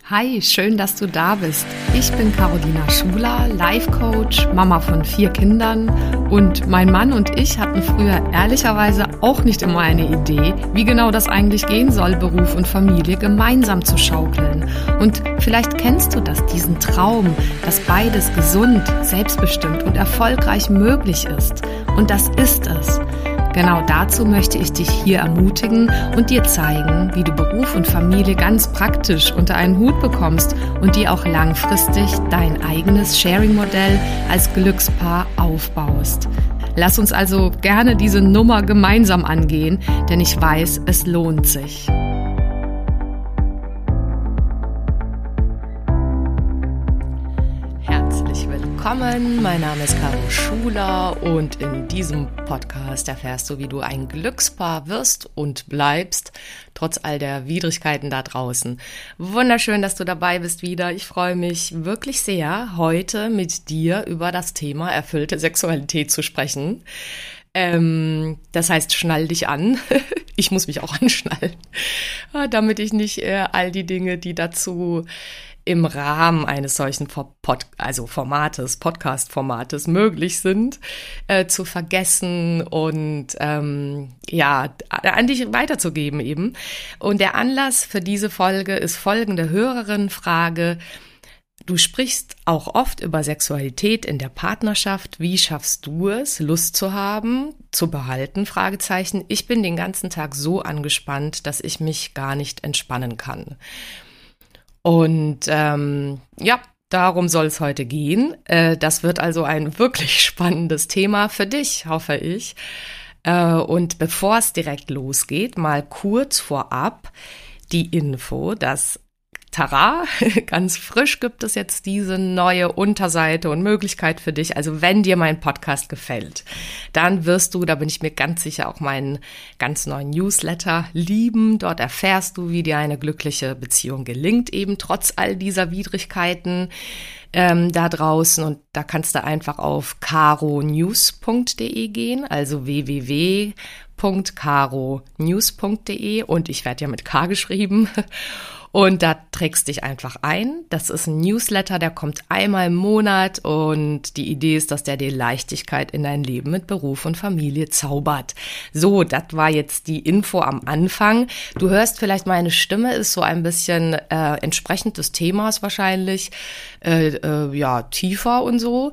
Hi, schön, dass du da bist. Ich bin Carolina Schuler, Life Coach, Mama von 4 Kindern und mein Mann und ich hatten früher ehrlicherweise auch nicht immer eine Idee, wie genau das eigentlich gehen soll, Beruf und Familie gemeinsam zu schaukeln. Und vielleicht kennst du das, diesen Traum, dass beides gesund, selbstbestimmt und erfolgreich möglich ist. Und das ist es. Genau dazu möchte ich dich hier ermutigen und dir zeigen, wie du Beruf und Familie ganz praktisch unter einen Hut bekommst und dir auch langfristig dein eigenes Sharing-Modell als Glückspaar aufbaust. Lass uns also gerne diese Nummer gemeinsam angehen, denn ich weiß, es lohnt sich. Willkommen, mein Name ist Caro Schuler und in diesem Podcast erfährst du, wie du ein Glückspaar wirst und bleibst, trotz all der Widrigkeiten da draußen. Wunderschön, dass du dabei bist wieder. Ich freue mich wirklich sehr, heute mit dir über das Thema erfüllte Sexualität zu sprechen. Das heißt, schnall dich an. Ich muss mich auch anschnallen, damit ich nicht all die Dinge, die dazu im Rahmen eines solchen Podcast-Formates möglich sind, zu vergessen und an dich weiterzugeben eben. Und der Anlass für diese Folge ist folgende Hörerinnenfrage. Du sprichst auch oft über Sexualität in der Partnerschaft. Wie schaffst du es, Lust zu haben, zu behalten? Fragezeichen. Ich bin den ganzen Tag so angespannt, dass ich mich gar nicht entspannen kann. Und darum soll es heute gehen. Das wird also ein wirklich spannendes Thema für dich, hoffe ich. Und bevor es direkt losgeht, mal kurz vorab die Info, dass Tara, ganz frisch gibt es jetzt diese neue Unterseite und Möglichkeit für dich. Also wenn dir mein Podcast gefällt, dann wirst du, da bin ich mir ganz sicher, auch meinen ganz neuen Newsletter lieben. Dort erfährst du, wie dir eine glückliche Beziehung gelingt, eben trotz all dieser Widrigkeiten da draußen. Und da kannst du einfach auf caronews.de gehen, also www.caronews.de und ich werde ja mit K geschrieben. Und da trägst dich einfach ein. Das ist ein Newsletter, der kommt einmal im Monat und die Idee ist, dass der dir Leichtigkeit in dein Leben mit Beruf und Familie zaubert. So, das war jetzt die Info am Anfang. Du hörst vielleicht, meine Stimme ist so ein bisschen entsprechend des Themas wahrscheinlich, tiefer und so.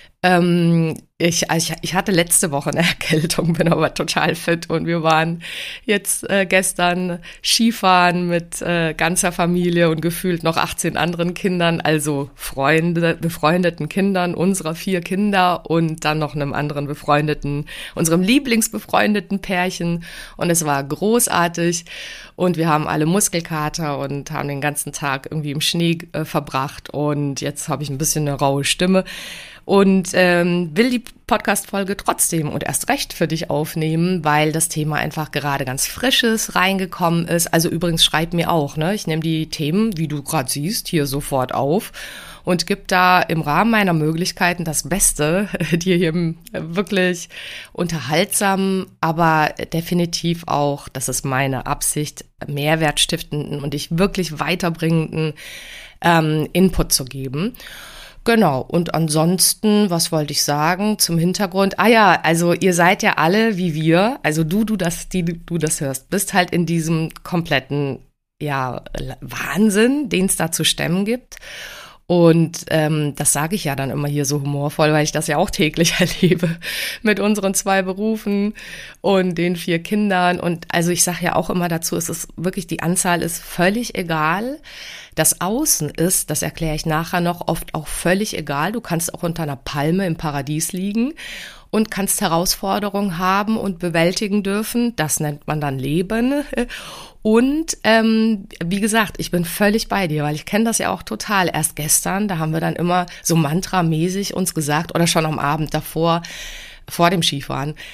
Ich hatte letzte Woche eine Erkältung, bin aber total fit und wir waren jetzt gestern Skifahren mit ganzer Familie und gefühlt noch 18 anderen Kindern, also befreundeten Kindern unserer 4 Kinder und dann noch einem anderen unserem lieblingsbefreundeten Pärchen und es war großartig und wir haben alle Muskelkater und haben den ganzen Tag irgendwie im Schnee verbracht und jetzt habe ich ein bisschen eine raue Stimme. Und will die Podcast-Folge trotzdem und erst recht für dich aufnehmen, weil das Thema einfach gerade ganz Frisches reingekommen ist. Also übrigens schreib mir auch, ne? Ich nehme die Themen, wie du gerade siehst, hier sofort auf und gebe da im Rahmen meiner Möglichkeiten das Beste, dir hier wirklich unterhaltsam, aber definitiv auch, das ist meine Absicht, mehrwertstiftenden und dich wirklich weiterbringenden Input zu geben. Genau, und ansonsten, was wollte ich sagen zum Hintergrund? Also ihr seid ja alle wie wir, also du das hörst, bist halt in diesem kompletten, Wahnsinn, den es da zu stemmen gibt. Und das sage ich ja dann immer hier so humorvoll, weil ich das ja auch täglich erlebe mit unseren 2 Berufen und den 4 Kindern. Und also ich sage ja auch immer dazu, es ist wirklich, die Anzahl ist völlig egal. Das Außen ist, das erkläre ich nachher noch, oft auch völlig egal. Du kannst auch unter einer Palme im Paradies liegen und kannst Herausforderungen haben und bewältigen dürfen. Das nennt man dann Leben. Und wie gesagt, ich bin völlig bei dir, weil ich kenne das ja auch total. Erst gestern, da haben wir dann immer so mantramäßig uns gesagt, oder schon am Abend davor, vor dem Skifahren,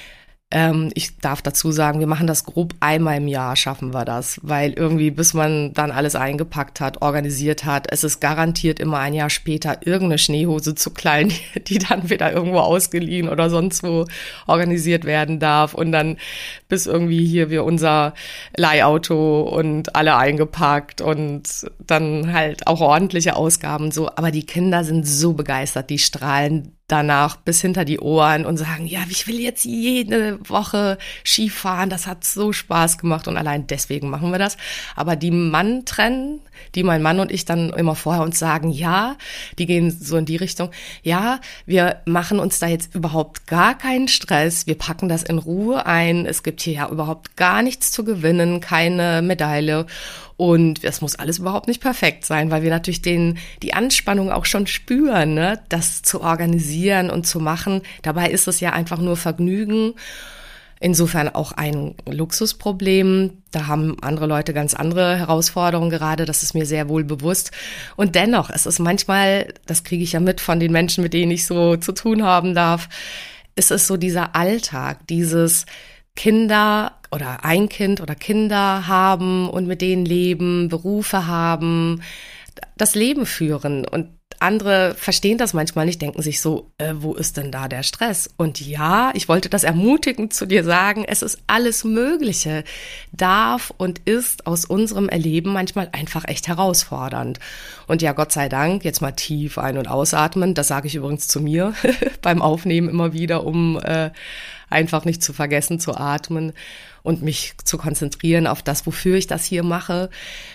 Ich darf dazu sagen, wir machen das grob einmal im Jahr, schaffen wir das, weil irgendwie, bis man dann alles eingepackt hat, organisiert hat, es ist garantiert immer ein Jahr später irgendeine Schneehose zu klein, die dann wieder irgendwo ausgeliehen oder sonst wo organisiert werden darf und dann bis irgendwie hier wir unser Leihauto und alle eingepackt und dann halt auch ordentliche Ausgaben so, aber die Kinder sind so begeistert, die strahlen danach bis hinter die Ohren und sagen, ja, ich will jetzt jede Woche Ski fahren, das hat so Spaß gemacht und allein deswegen machen wir das. Aber die Mann-Trennen, die mein Mann und ich dann immer vorher uns sagen, ja, die gehen so in die Richtung, ja, wir machen uns da jetzt überhaupt gar keinen Stress, wir packen das in Ruhe ein, es gibt hier ja überhaupt gar nichts zu gewinnen, keine Medaille. Und es muss alles überhaupt nicht perfekt sein, weil wir natürlich die Anspannung auch schon spüren, ne? Das zu organisieren und zu machen. Dabei ist es ja einfach nur Vergnügen. Insofern auch ein Luxusproblem. Da haben andere Leute ganz andere Herausforderungen gerade. Das ist mir sehr wohl bewusst. Und dennoch, es ist manchmal, das kriege ich ja mit von den Menschen, mit denen ich so zu tun haben darf, es ist so dieser Alltag, dieses Kinder oder ein Kind oder Kinder haben und mit denen leben, Berufe haben, das Leben führen. Und andere verstehen das manchmal nicht, denken sich so, wo ist denn da der Stress? Und ja, ich wollte das ermutigend zu dir sagen, es ist alles Mögliche, darf und ist aus unserem Erleben manchmal einfach echt herausfordernd. Und ja, Gott sei Dank, jetzt mal tief ein- und ausatmen, das sage ich übrigens zu mir beim Aufnehmen immer wieder, um einfach nicht zu vergessen zu atmen und mich zu konzentrieren auf das, wofür ich das hier mache.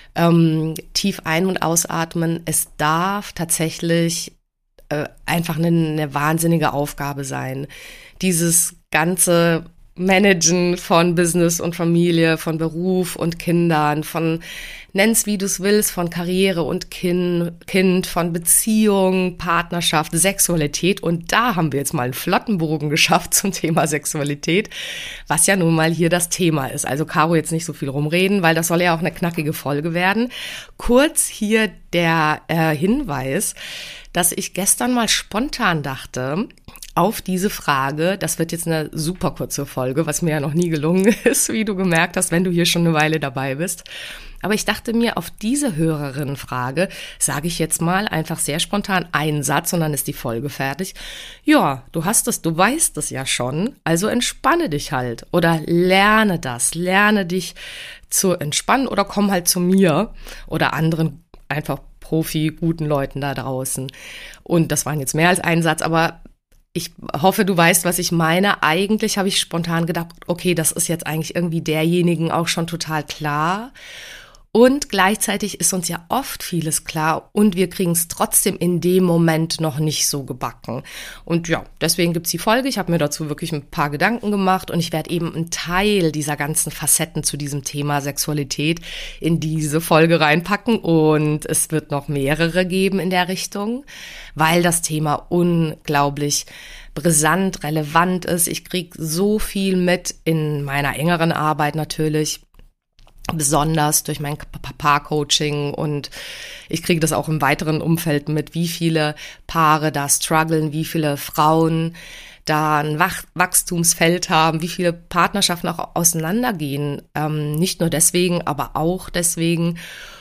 Tief ein- und ausatmen. Es darf tatsächlich einfach eine wahnsinnige Aufgabe sein. Dieses ganze Managen von Business und Familie, von Beruf und Kindern, von nenn's wie du's willst, von Karriere und Kind, von Beziehung, Partnerschaft, Sexualität. Und da haben wir jetzt mal einen flotten Bogen geschafft zum Thema Sexualität, was ja nun mal hier das Thema ist. Also Caro, jetzt nicht so viel rumreden, weil das soll ja auch eine knackige Folge werden. Kurz hier der Hinweis, dass ich gestern mal spontan dachte, auf diese Frage, das wird jetzt eine super kurze Folge, was mir ja noch nie gelungen ist, wie du gemerkt hast, wenn du hier schon eine Weile dabei bist. Aber ich dachte mir, auf diese Hörerinnenfrage sage ich jetzt mal einfach sehr spontan einen Satz und dann ist die Folge fertig. Ja, du weißt es ja schon, also entspanne dich halt oder lerne dich zu entspannen oder komm halt zu mir oder anderen einfach guten Leuten da draußen. Und das waren jetzt mehr als ein Satz, aber ich hoffe, du weißt, was ich meine. Eigentlich habe ich spontan gedacht, okay, das ist jetzt eigentlich irgendwie derjenigen auch schon total klar. Und gleichzeitig ist uns ja oft vieles klar und wir kriegen es trotzdem in dem Moment noch nicht so gebacken. Und ja, deswegen gibt's die Folge. Ich habe mir dazu wirklich ein paar Gedanken gemacht und ich werde eben einen Teil dieser ganzen Facetten zu diesem Thema Sexualität in diese Folge reinpacken und es wird noch mehrere geben in der Richtung, weil das Thema unglaublich brisant, relevant ist. Ich krieg so viel mit in meiner engeren Arbeit natürlich, besonders durch mein Paar-Coaching und ich kriege das auch im weiteren Umfeld mit, wie viele Paare da strugglen, wie viele Frauen da ein Wachstumsfeld haben, wie viele Partnerschaften auch auseinandergehen. Nicht nur deswegen, aber auch deswegen.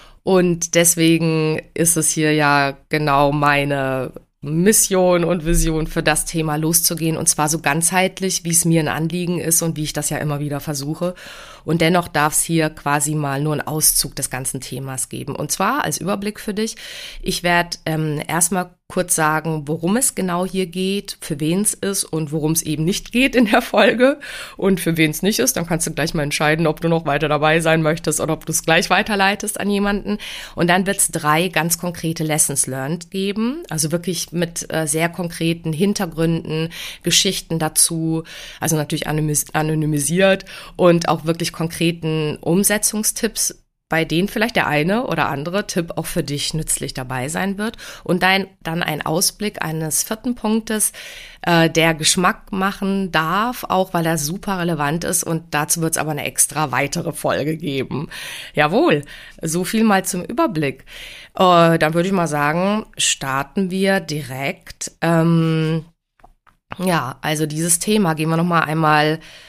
Und deswegen ist es hier ja genau meine Mission und Vision für das Thema loszugehen und zwar so ganzheitlich, wie es mir ein Anliegen ist und wie ich das ja immer wieder versuche. Und dennoch darf es hier quasi mal nur einen Auszug des ganzen Themas geben. Und zwar als Überblick für dich. Ich werde erstmal kurz sagen, worum es genau hier geht, für wen es ist und worum es eben nicht geht in der Folge. Und für wen es nicht ist, dann kannst du gleich mal entscheiden, ob du noch weiter dabei sein möchtest oder ob du es gleich weiterleitest an jemanden. Und dann wird es 3 ganz konkrete Lessons learned geben, also wirklich mit sehr konkreten Hintergründen, Geschichten dazu, also natürlich anonymisiert und auch wirklich konkreten Umsetzungstipps, bei denen vielleicht der eine oder andere Tipp auch für dich nützlich dabei sein wird. Und dann ein Ausblick eines 4. Punktes, der Geschmack machen darf, auch weil er super relevant ist. Und dazu wird es aber eine extra weitere Folge geben. Jawohl, so viel mal zum Überblick. Dann würde ich mal sagen, starten wir direkt. Ja, also dieses Thema gehen wir noch mal einmal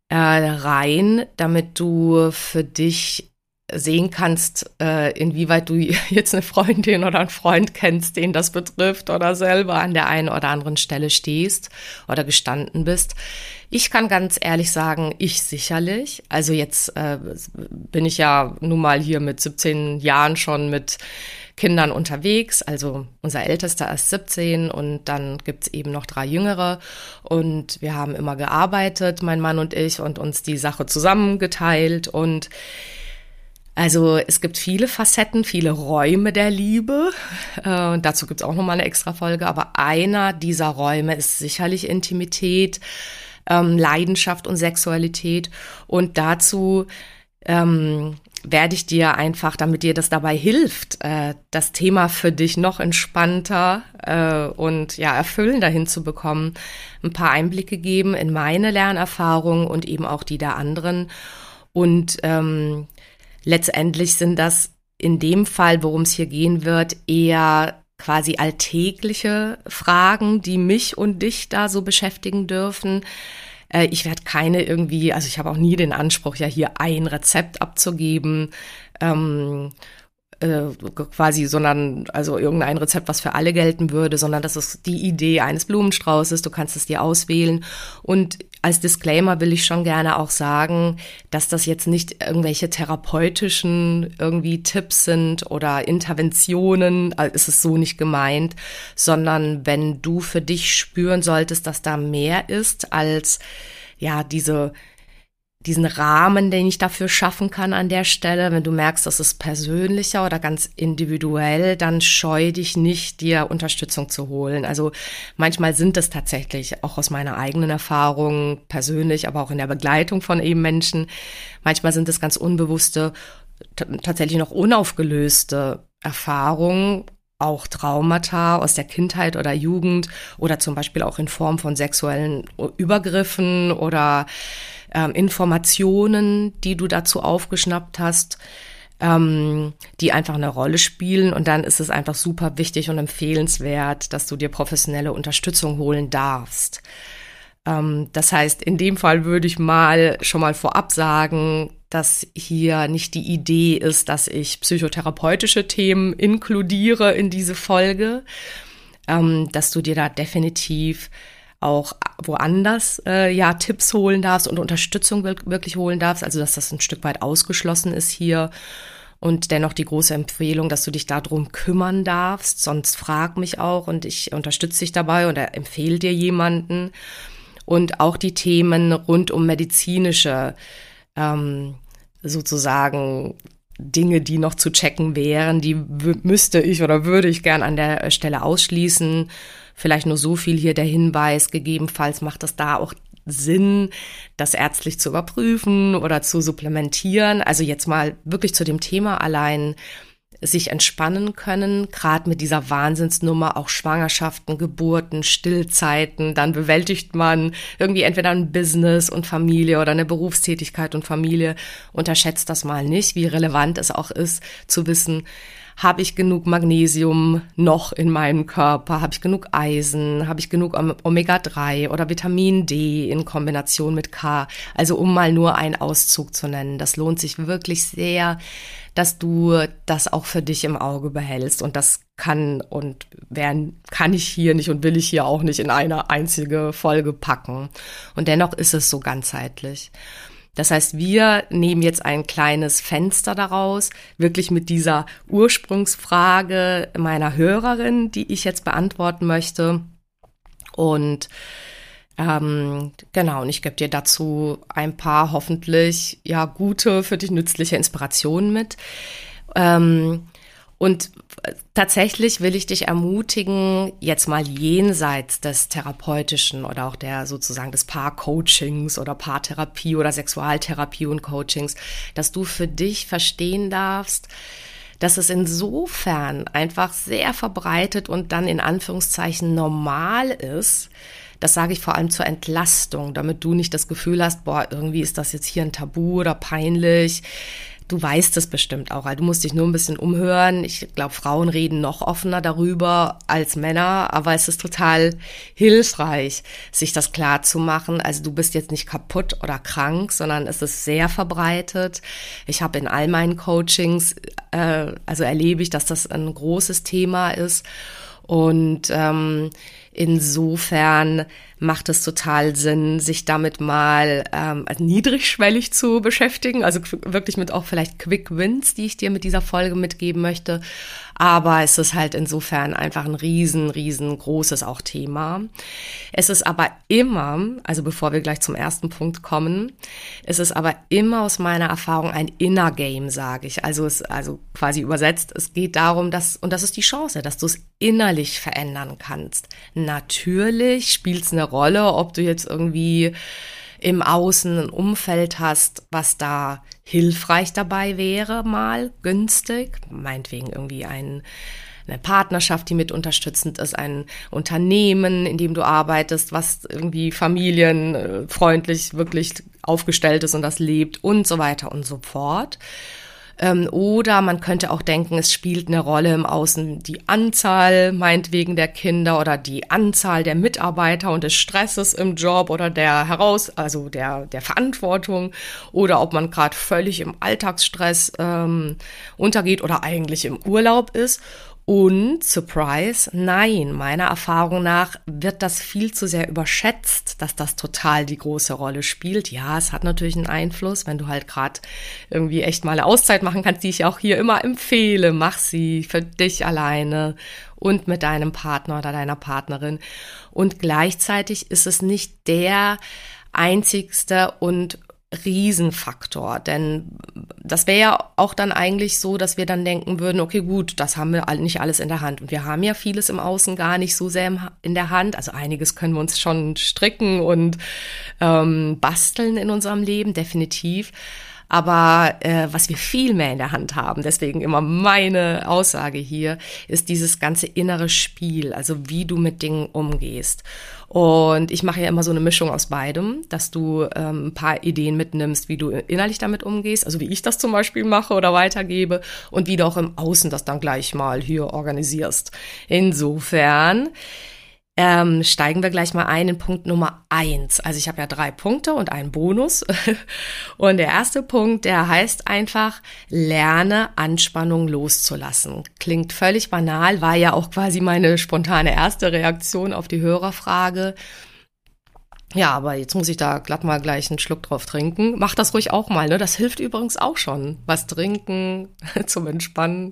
rein, damit du für dich sehen kannst, inwieweit du jetzt eine Freundin oder einen Freund kennst, den das betrifft oder selber an der einen oder anderen Stelle stehst oder gestanden bist. Ich kann ganz ehrlich sagen, ich sicherlich. Also jetzt bin ich ja nun mal hier mit 17 Jahren schon mit Kindern unterwegs. Also unser Ältester ist 17 und dann gibt's eben noch 3 Jüngere. Und wir haben immer gearbeitet, mein Mann und ich, und uns die Sache zusammengeteilt. Und also es gibt viele Facetten, viele Räume der Liebe. Dazu gibt's auch nochmal eine extra Folge. Aber einer dieser Räume ist sicherlich Intimität, Leidenschaft und Sexualität. Und dazu werde ich dir einfach, damit dir das dabei hilft, das Thema für dich noch entspannter und ja erfüllender hinzubekommen, ein paar Einblicke geben in meine Lernerfahrungen und eben auch die der anderen. Und letztendlich sind das in dem Fall, worum es hier gehen wird, eher quasi alltägliche Fragen, die mich und dich da so beschäftigen dürfen. Ich werde keine irgendwie, also ich habe auch nie den Anspruch, ja hier ein Rezept abzugeben, quasi, sondern also irgendein Rezept, was für alle gelten würde, sondern das ist die Idee eines Blumenstraußes, du kannst es dir auswählen. Und als Disclaimer will ich schon gerne auch sagen, dass das jetzt nicht irgendwelche therapeutischen irgendwie Tipps sind oder Interventionen, ist es so nicht gemeint, sondern wenn du für dich spüren solltest, dass da mehr ist als ja diesen Rahmen, den ich dafür schaffen kann an der Stelle. Wenn du merkst, das ist persönlicher oder ganz individuell, dann scheu dich nicht, dir Unterstützung zu holen. Also manchmal sind es tatsächlich, auch aus meiner eigenen Erfahrung, persönlich, aber auch in der Begleitung von eben Menschen, manchmal sind es ganz unbewusste, tatsächlich noch unaufgelöste Erfahrungen, auch Traumata aus der Kindheit oder Jugend oder zum Beispiel auch in Form von sexuellen Übergriffen oder Informationen, die du dazu aufgeschnappt hast, die einfach eine Rolle spielen. Und dann ist es einfach super wichtig und empfehlenswert, dass du dir professionelle Unterstützung holen darfst. Das heißt, in dem Fall würde ich schon mal vorab sagen, dass hier nicht die Idee ist, dass ich psychotherapeutische Themen inkludiere in diese Folge, dass du dir da definitiv auch woanders Tipps holen darfst und Unterstützung wirklich holen darfst, also dass das ein Stück weit ausgeschlossen ist hier. Und dennoch die große Empfehlung, dass du dich darum kümmern darfst, sonst frag mich auch und ich unterstütze dich dabei oder empfehle dir jemanden. Und auch die Themen rund um medizinische sozusagen Dinge, die noch zu checken wären, die müsste ich oder würde ich gern an der Stelle ausschließen. Vielleicht nur so viel hier der Hinweis, gegebenenfalls macht es da auch Sinn, das ärztlich zu überprüfen oder zu supplementieren. Also jetzt mal wirklich zu dem Thema allein sich entspannen können, gerade mit dieser Wahnsinnsnummer, auch Schwangerschaften, Geburten, Stillzeiten, dann bewältigt man irgendwie entweder ein Business und Familie oder eine Berufstätigkeit und Familie. Unterschätzt das mal nicht, wie relevant es auch ist, zu wissen, habe ich genug Magnesium noch in meinem Körper? Habe ich genug Eisen? Habe ich genug Omega-3 oder Vitamin D in Kombination mit K? Also um mal nur einen Auszug zu nennen. Das lohnt sich wirklich sehr, dass du das auch für dich im Auge behältst. Und das kann ich hier nicht und will ich hier auch nicht in eine einzige Folge packen. Und dennoch ist es so ganzheitlich. Das heißt, wir nehmen jetzt ein kleines Fenster daraus, wirklich mit dieser Ursprungsfrage meiner Hörerin, die ich jetzt beantworten möchte. Und und ich gebe dir dazu ein paar hoffentlich gute, für dich nützliche Inspirationen mit. Und tatsächlich will ich dich ermutigen, jetzt mal jenseits des Therapeutischen oder auch der sozusagen des Paarcoachings oder Paartherapie oder Sexualtherapie und Coachings, dass du für dich verstehen darfst, dass es insofern einfach sehr verbreitet und dann in Anführungszeichen normal ist. Das sage ich vor allem zur Entlastung, damit du nicht das Gefühl hast, irgendwie ist das jetzt hier ein Tabu oder peinlich, Du weißt es bestimmt auch, also du musst dich nur ein bisschen umhören. Ich glaube, Frauen reden noch offener darüber als Männer, aber es ist total hilfreich, sich das klar zu machen. Also du bist jetzt nicht kaputt oder krank, sondern es ist sehr verbreitet. Ich habe in all meinen Coachings, also erlebe ich, dass das ein großes Thema ist. Und insofern macht es total Sinn, sich damit mal niedrigschwellig zu beschäftigen, also wirklich mit auch vielleicht Quick Wins, die ich dir mit dieser Folge mitgeben möchte. Aber es ist halt insofern einfach ein riesengroßes auch Thema. Es ist aber immer, also bevor wir gleich zum ersten Punkt kommen, es ist aber immer aus meiner Erfahrung ein Inner Game, sage ich. Also quasi übersetzt, es geht darum, und das ist die Chance, dass du es innerlich verändern kannst. Natürlich spielt es eine Rolle, ob du jetzt irgendwie im Außen ein Umfeld hast, was da hilfreich dabei wäre, mal günstig, meinetwegen irgendwie eine Partnerschaft, die mit unterstützend ist, ein Unternehmen, in dem du arbeitest, was irgendwie familienfreundlich wirklich aufgestellt ist und das lebt und so weiter und so fort. Oder man könnte auch denken, es spielt eine Rolle im Außen die Anzahl, meinetwegen der Kinder oder die Anzahl der Mitarbeiter und des Stresses im Job oder der Verantwortung oder ob man gerade völlig im Alltagsstress untergeht oder eigentlich im Urlaub ist. Und, Surprise, nein, meiner Erfahrung nach wird das viel zu sehr überschätzt, dass das total die große Rolle spielt. Ja, es hat natürlich einen Einfluss, wenn du halt gerade irgendwie echt mal eine Auszeit machen kannst, die ich auch hier immer empfehle. Mach sie für dich alleine und mit deinem Partner oder deiner Partnerin. Und gleichzeitig ist es nicht der einzigste und Riesenfaktor, denn das wäre ja auch dann eigentlich so, dass wir dann denken würden, okay, gut, das haben wir nicht alles in der Hand und wir haben ja vieles im Außen gar nicht so sehr in der Hand, also einiges können wir uns schon stricken und basteln in unserem Leben, definitiv. Aber was wir viel mehr in der Hand haben, deswegen immer meine Aussage hier, ist dieses ganze innere Spiel, also wie du mit Dingen umgehst. Und ich mache ja immer so eine Mischung aus beidem, dass du ein paar Ideen mitnimmst, wie du innerlich damit umgehst, also wie ich das zum Beispiel mache oder weitergebe und wie du auch im Außen das dann gleich mal hier organisierst. Insofern steigen wir gleich mal ein in Punkt Nummer 1. Also ich habe ja 3 Punkte und einen Bonus. Und der erste Punkt, der heißt einfach, lerne Anspannung loszulassen. Klingt völlig banal, war ja auch quasi meine spontane erste Reaktion auf die Hörerfrage. Ja, aber jetzt muss ich da glatt mal gleich einen Schluck drauf trinken. Mach das ruhig auch mal, ne? Das hilft übrigens auch schon. Was trinken zum Entspannen.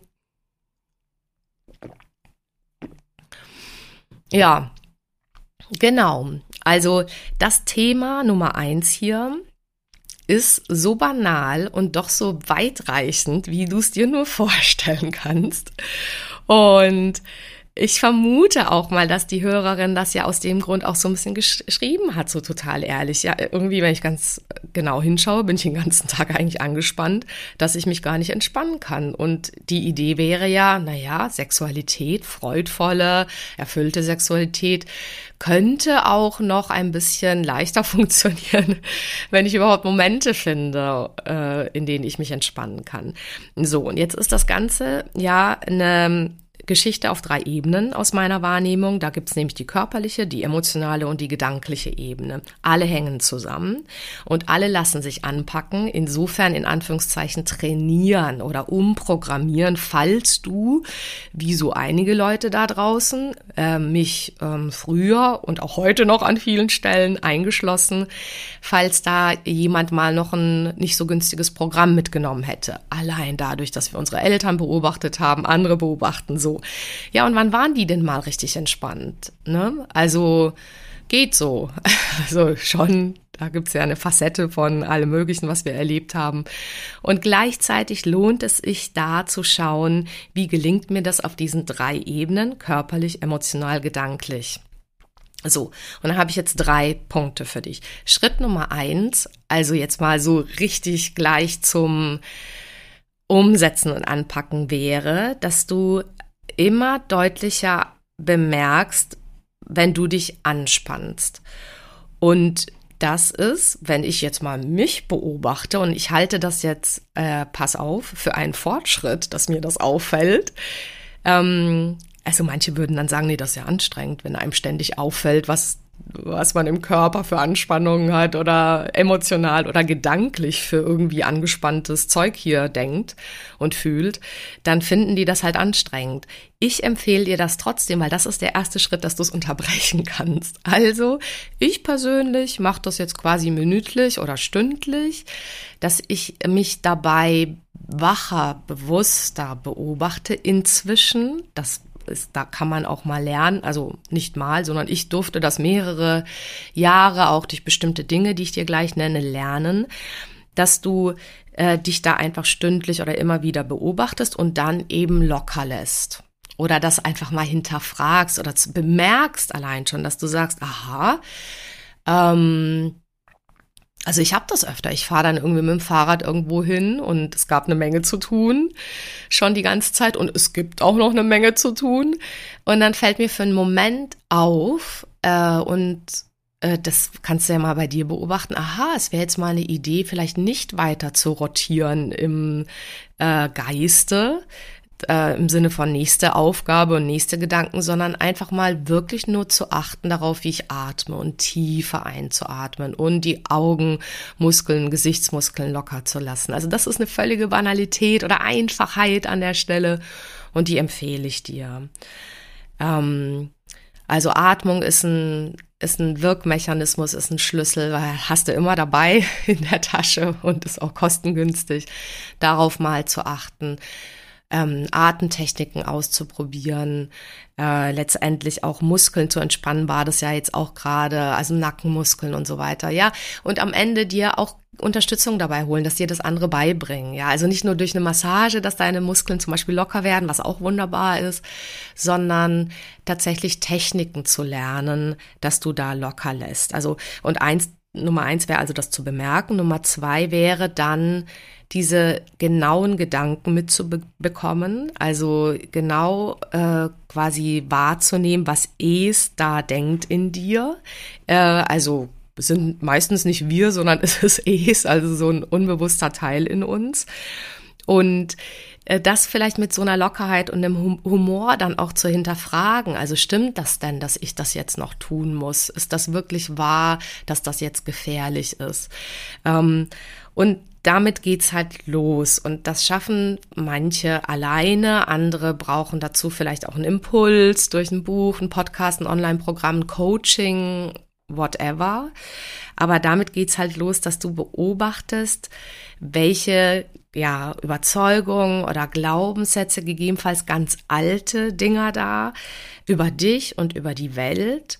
Ja, genau. Also das Thema Nummer 1 hier ist so banal und doch so weitreichend, wie du es dir nur vorstellen kannst. Und ich vermute auch mal, dass die Hörerin das ja aus dem Grund auch so ein bisschen geschrieben hat, so total ehrlich. Ja, irgendwie, wenn ich ganz genau hinschaue, bin ich den ganzen Tag eigentlich angespannt, dass ich mich gar nicht entspannen kann. Und die Idee wäre ja, naja, Sexualität, freudvolle, erfüllte Sexualität könnte auch noch ein bisschen leichter funktionieren, wenn ich überhaupt Momente finde, in denen ich mich entspannen kann. So, und jetzt ist das Ganze ja eine Geschichte auf 3 Ebenen aus meiner Wahrnehmung. Da gibt's nämlich die körperliche, die emotionale und die gedankliche Ebene. Alle hängen zusammen und alle lassen sich anpacken. Insofern in Anführungszeichen trainieren oder umprogrammieren, falls du, wie so einige Leute da draußen, mich früher und auch heute noch an vielen Stellen eingeschlossen, falls da jemand mal noch ein nicht so günstiges Programm mitgenommen hätte. Allein dadurch, dass wir unsere Eltern beobachtet haben, andere beobachten so. Ja, und wann waren die denn mal richtig entspannt? Ne? Also geht so. Also schon, da gibt's ja eine Facette von allem Möglichen, was wir erlebt haben. Und gleichzeitig lohnt es sich da zu schauen, wie gelingt mir das auf diesen 3 Ebenen, körperlich, emotional, gedanklich. So, und dann habe ich jetzt 3 Punkte für dich. Schritt Nummer 1, also jetzt mal so richtig gleich zum Umsetzen und Anpacken wäre, dass du immer deutlicher bemerkst, wenn du dich anspannst. Und das ist, wenn ich jetzt mal mich beobachte und ich halte das jetzt, pass auf, für einen Fortschritt, dass mir das auffällt. Also manche würden dann sagen, nee, das ist ja anstrengend, wenn einem ständig auffällt, was man im Körper für Anspannungen hat oder emotional oder gedanklich für irgendwie angespanntes Zeug hier denkt und fühlt, dann finden die das halt anstrengend. Ich empfehle dir das trotzdem, weil das ist der erste Schritt, dass du es unterbrechen kannst. Also ich persönlich mache das jetzt quasi minütlich oder stündlich, dass ich mich dabei wacher, bewusster beobachte inzwischen. Da kann man auch mal lernen, also nicht mal, sondern ich durfte das mehrere Jahre auch durch bestimmte Dinge, die ich dir gleich nenne, lernen, dass du dich da einfach stündlich oder immer wieder beobachtest und dann eben locker lässt. Oder das einfach mal hinterfragst oder bemerkst allein schon, dass du sagst, aha, also ich habe das öfter. Ich fahre dann irgendwie mit dem Fahrrad irgendwo hin und es gab eine Menge zu tun, schon die ganze Zeit. Und es gibt auch noch eine Menge zu tun. Und dann fällt mir für einen Moment auf, das kannst du ja mal bei dir beobachten, aha, es wäre jetzt mal eine Idee, vielleicht nicht weiter zu rotieren im Geiste, im Sinne von nächste Aufgabe und nächste Gedanken, sondern einfach mal wirklich nur zu achten darauf, wie ich atme und tiefer einzuatmen und die Augenmuskeln, Gesichtsmuskeln locker zu lassen. Also das ist eine völlige Banalität oder Einfachheit an der Stelle und die empfehle ich dir. Also Atmung ist ein Wirkmechanismus, ist ein Schlüssel, weil hast du immer dabei in der Tasche und ist auch kostengünstig, darauf mal zu achten. Atemtechniken auszuprobieren, letztendlich auch Muskeln zu entspannen, war das ja jetzt auch gerade, also Nackenmuskeln und so weiter, ja, und am Ende dir auch Unterstützung dabei holen, dass dir das andere beibringen, ja, also nicht nur durch eine Massage, dass deine Muskeln zum Beispiel locker werden, was auch wunderbar ist, sondern tatsächlich Techniken zu lernen, dass du da locker lässt, also und Nummer 1 wäre also das zu bemerken, Nummer 2 wäre dann diese genauen Gedanken mitzubekommen, also genau quasi wahrzunehmen, was es da denkt in dir. Also es sind meistens nicht wir, sondern es ist es, also so ein unbewusster Teil in uns. Und das vielleicht mit so einer Lockerheit und einem Humor dann auch zu hinterfragen. Also stimmt das denn, dass ich das jetzt noch tun muss? Ist das wirklich wahr, dass das jetzt gefährlich ist? Und damit geht's halt los. Und das schaffen manche alleine. Andere brauchen dazu vielleicht auch einen Impuls durch ein Buch, ein Podcast, ein Online-Programm, ein Coaching, whatever. Aber damit geht's halt los, dass du beobachtest, welche Überzeugungen oder Glaubenssätze, gegebenenfalls ganz alte Dinger da, über dich und über die Welt,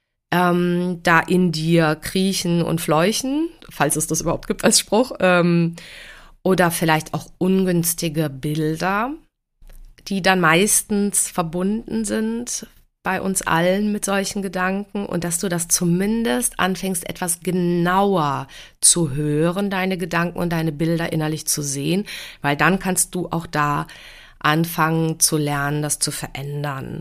da in dir kriechen und fleuchen, falls es das überhaupt gibt als Spruch, oder vielleicht auch ungünstige Bilder, die dann meistens verbunden sind bei uns allen mit solchen Gedanken und dass du das zumindest anfängst, etwas genauer zu hören, deine Gedanken und deine Bilder innerlich zu sehen, weil dann kannst du auch da anfangen zu lernen, das zu verändern.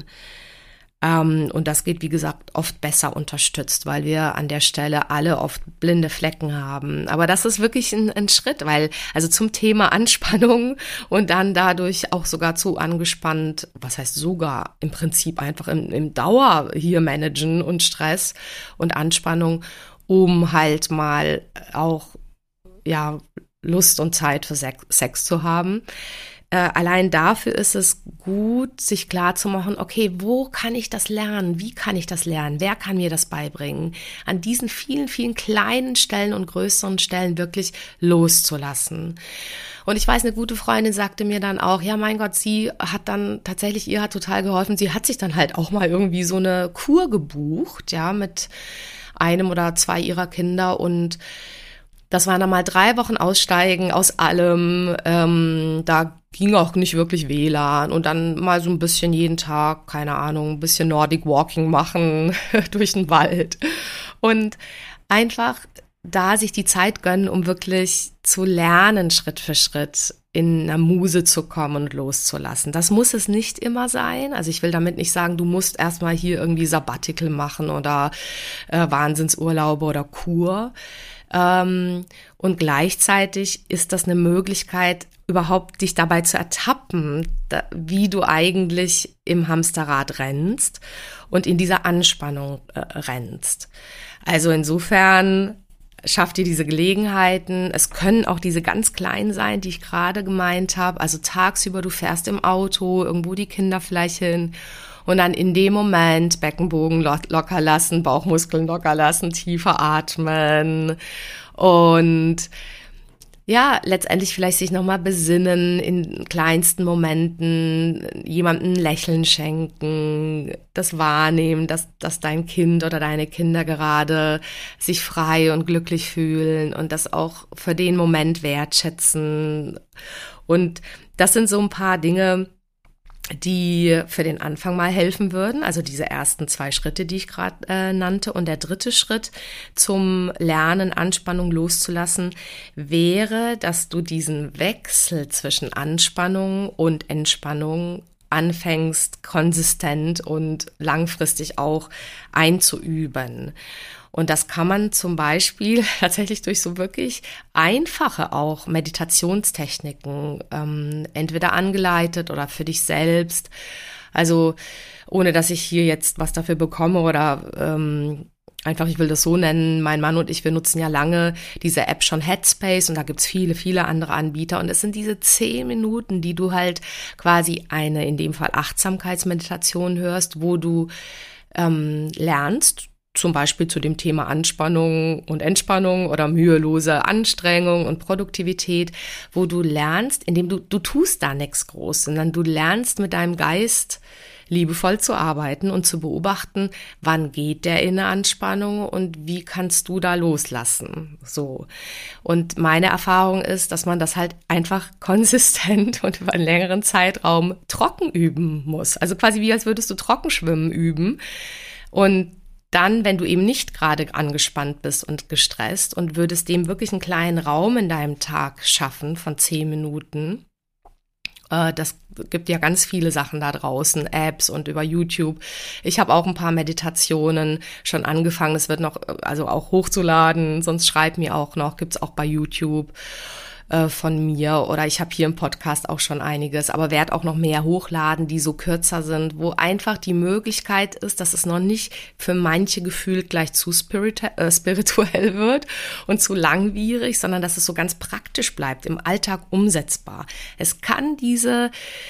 Und das geht, wie gesagt, oft besser unterstützt, weil wir an der Stelle alle oft blinde Flecken haben. Aber das ist wirklich ein Schritt, weil also zum Thema Anspannung und dann dadurch auch sogar zu angespannt, was heißt sogar, im Prinzip einfach im Dauer hier managen und Stress und Anspannung, um halt mal auch Lust und Zeit für Sex zu haben. Allein dafür ist es gut, sich klar zu machen, okay, wo kann ich das lernen? Wie kann ich das lernen? Wer kann mir das beibringen? An diesen vielen, vielen kleinen Stellen und größeren Stellen wirklich loszulassen. Und ich weiß, eine gute Freundin sagte mir dann auch, ja, mein Gott, ihr hat total geholfen. Sie hat sich dann halt auch mal irgendwie so eine Kur gebucht, ja, mit einem oder zwei ihrer Kinder und das waren dann mal 3 Wochen Aussteigen aus allem, da ging auch nicht wirklich WLAN und dann mal so ein bisschen jeden Tag, keine Ahnung, ein bisschen Nordic Walking machen durch den Wald und einfach da sich die Zeit gönnen, um wirklich zu lernen, Schritt für Schritt, in einer Muse zu kommen und loszulassen. Das muss es nicht immer sein. Also ich will damit nicht sagen, du musst erstmal hier irgendwie Sabbatical machen oder Wahnsinnsurlaube oder Kur. Und gleichzeitig ist das eine Möglichkeit, überhaupt dich dabei zu ertappen, wie du eigentlich im Hamsterrad rennst und in dieser Anspannung rennst. Also insofern schaff dir diese Gelegenheiten. Es können auch diese ganz kleinen sein, die ich gerade gemeint habe. Also tagsüber, du fährst im Auto, irgendwo die Kinder vielleicht hin und dann in dem Moment Beckenbogen locker lassen, Bauchmuskeln locker lassen, tiefer atmen und ja, letztendlich vielleicht sich nochmal besinnen, in kleinsten Momenten jemandem ein Lächeln schenken, das wahrnehmen, dass dein Kind oder deine Kinder gerade sich frei und glücklich fühlen und das auch für den Moment wertschätzen. Und das sind so ein paar Dinge, die für den Anfang mal helfen würden, also diese ersten 2 Schritte, die ich gerade nannte. Und der 3. Schritt zum Lernen, Anspannung loszulassen, wäre, dass du diesen Wechsel zwischen Anspannung und Entspannung anfängst, konsistent und langfristig auch einzuüben. Und das kann man zum Beispiel tatsächlich durch so wirklich einfache auch Meditationstechniken, entweder angeleitet oder für dich selbst. Also ohne, dass ich hier jetzt was dafür bekomme oder einfach, ich will das so nennen, mein Mann und ich, wir nutzen ja lange diese App schon Headspace und da gibt's viele, viele andere Anbieter. Und es sind diese 10 Minuten, die du halt quasi eine, in dem Fall Achtsamkeitsmeditation hörst, wo du lernst, zum Beispiel zu dem Thema Anspannung und Entspannung oder mühelose Anstrengung und Produktivität, wo du lernst, indem du tust da nichts groß, sondern du lernst mit deinem Geist liebevoll zu arbeiten und zu beobachten, wann geht der in eine Anspannung und wie kannst du da loslassen. So. Und meine Erfahrung ist, dass man das halt einfach konsistent und über einen längeren Zeitraum trocken üben muss. Also quasi wie als würdest du Trockenschwimmen üben. Und dann, wenn du eben nicht gerade angespannt bist und gestresst und würdest dem wirklich einen kleinen Raum in deinem Tag schaffen von 10 Minuten, das gibt ja ganz viele Sachen da draußen, Apps und über YouTube. Ich habe auch ein paar Meditationen schon angefangen, es wird noch, also auch hochzuladen, sonst schreib mir auch noch, gibt's auch bei YouTube von mir oder ich habe hier im Podcast auch schon einiges, aber werde auch noch mehr hochladen, die so kürzer sind, wo einfach die Möglichkeit ist, dass es noch nicht für manche gefühlt gleich zu spirituell wird und zu langwierig, sondern dass es so ganz praktisch bleibt, im Alltag umsetzbar. Es können diese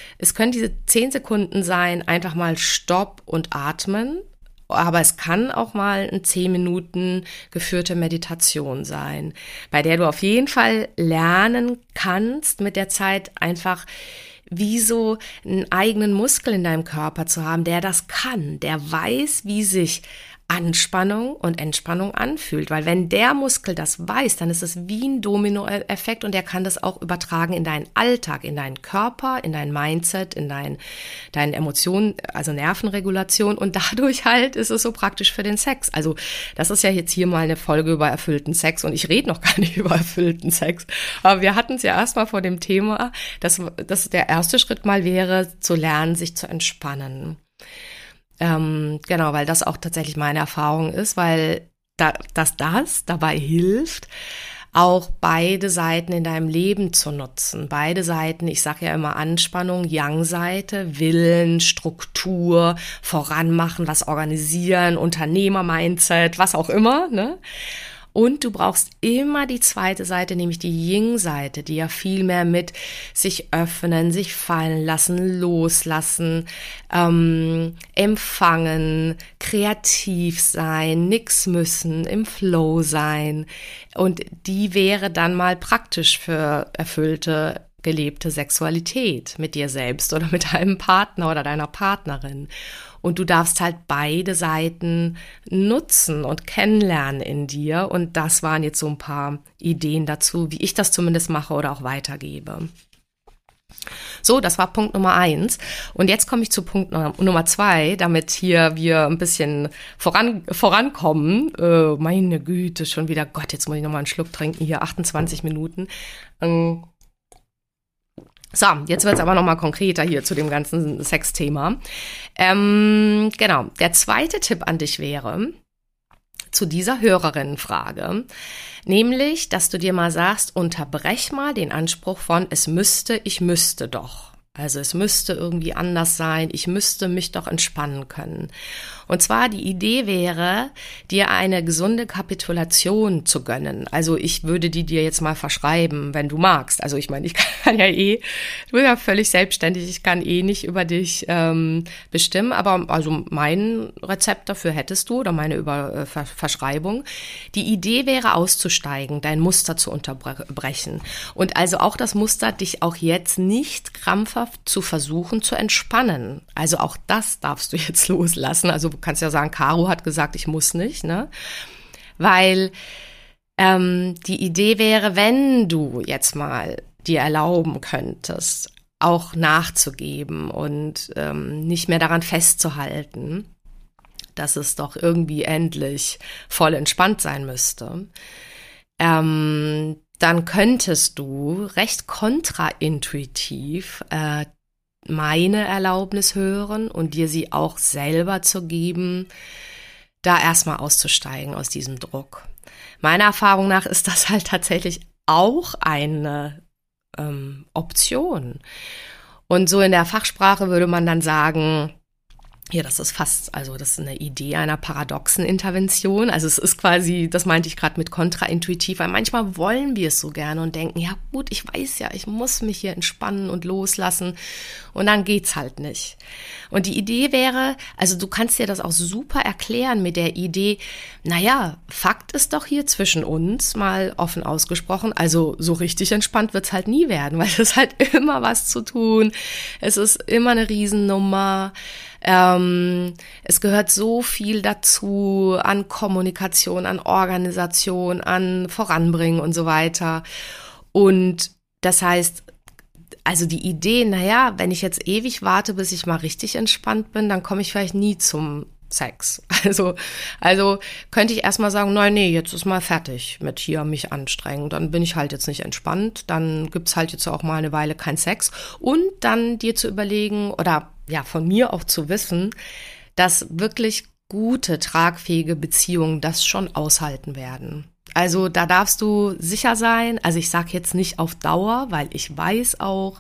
10 Sekunden sein, einfach mal Stopp und atmen. Aber es kann auch mal eine 10 Minuten geführte Meditation sein, bei der du auf jeden Fall lernen kannst, mit der Zeit einfach wie so einen eigenen Muskel in deinem Körper zu haben, der das kann, der weiß, wie sich Anspannung und Entspannung anfühlt, weil wenn der Muskel das weiß, dann ist es wie ein Dominoeffekt und der kann das auch übertragen in deinen Alltag, in deinen Körper, in dein Mindset, in deine Emotionen, also Nervenregulation und dadurch halt ist es so praktisch für den Sex. Also das ist ja jetzt hier mal eine Folge über erfüllten Sex und ich rede noch gar nicht über erfüllten Sex, aber wir hatten es ja erstmal vor dem Thema, dass der erste Schritt mal wäre, zu lernen, sich zu entspannen. Genau, weil das auch tatsächlich meine Erfahrung ist, weil das dabei hilft, auch beide Seiten in deinem Leben zu nutzen. Beide Seiten, ich sage ja immer Anspannung, Yang-Seite, Willen, Struktur, voranmachen, was organisieren, Unternehmer-Mindset, was auch immer, ne? Und du brauchst immer die zweite Seite, nämlich die Yin-Seite, die ja viel mehr mit sich öffnen, sich fallen lassen, loslassen, empfangen, kreativ sein, nix müssen, im Flow sein. Und die wäre dann mal praktisch für erfüllte, gelebte Sexualität mit dir selbst oder mit deinem Partner oder deiner Partnerin. Und du darfst halt beide Seiten nutzen und kennenlernen in dir. Und das waren jetzt so ein paar Ideen dazu, wie ich das zumindest mache oder auch weitergebe. So, das war Punkt Nummer 1. Und jetzt komme ich zu Punkt Nummer 2, damit hier wir ein bisschen vorankommen. Meine Güte, schon wieder. Gott, jetzt muss ich nochmal einen Schluck trinken. Hier 28 Minuten. So, jetzt wird's aber nochmal konkreter hier zu dem ganzen Sexthema. Genau, der zweite Tipp an dich wäre, zu dieser Hörerinnenfrage, nämlich, dass du dir mal sagst, unterbrech mal den Anspruch von es müsste, ich müsste doch. Also es müsste irgendwie anders sein, ich müsste mich doch entspannen können. Und zwar die Idee wäre, dir eine gesunde Kapitulation zu gönnen. Also ich würde die dir jetzt mal verschreiben, wenn du magst. Also ich meine, ich kann ja du bist ja völlig selbstständig, ich kann nicht über dich bestimmen, aber also mein Rezept dafür hättest du oder meine Verschreibung. Die Idee wäre auszusteigen, dein Muster zu unterbrechen. Und also auch das Muster, dich auch jetzt nicht krampfhaft zu versuchen zu entspannen. Also auch das darfst du jetzt loslassen. Also du kannst ja sagen, Caro hat gesagt, ich muss nicht, ne? Weil die Idee wäre, wenn du jetzt mal dir erlauben könntest, auch nachzugeben und nicht mehr daran festzuhalten, dass es doch irgendwie endlich voll entspannt sein müsste, dann könntest du recht kontraintuitiv meine Erlaubnis hören und dir sie auch selber zu geben, da erstmal auszusteigen aus diesem Druck. Meiner Erfahrung nach ist das halt tatsächlich auch eine Option. Und so in der Fachsprache würde man dann sagen, ja, das ist das ist eine Idee einer paradoxen Intervention. Also es ist quasi, das meinte ich gerade mit kontraintuitiv, weil manchmal wollen wir es so gerne und denken, ja gut, ich weiß ja, ich muss mich hier entspannen und loslassen und dann geht's halt nicht. Und die Idee wäre, also du kannst dir das auch super erklären mit der Idee, naja, Fakt ist doch hier zwischen uns, mal offen ausgesprochen, also so richtig entspannt wird's halt nie werden, weil es ist halt immer was zu tun, es ist immer eine Riesennummer. Es gehört so viel dazu an Kommunikation, an Organisation, an Voranbringen und so weiter. Und das heißt, also die Idee, naja, wenn ich jetzt ewig warte, bis ich mal richtig entspannt bin, dann komme ich vielleicht nie zum Sex. Also könnte ich erstmal sagen, nein, nee, jetzt ist mal fertig mit hier mich anstrengen. Dann bin ich halt jetzt nicht entspannt. Dann gibt's halt jetzt auch mal eine Weile kein Sex. Und dann dir zu überlegen oder ja, von mir auch zu wissen, dass wirklich gute, tragfähige Beziehungen das schon aushalten werden. Also da darfst du sicher sein. Also ich sage jetzt nicht auf Dauer, weil ich weiß auch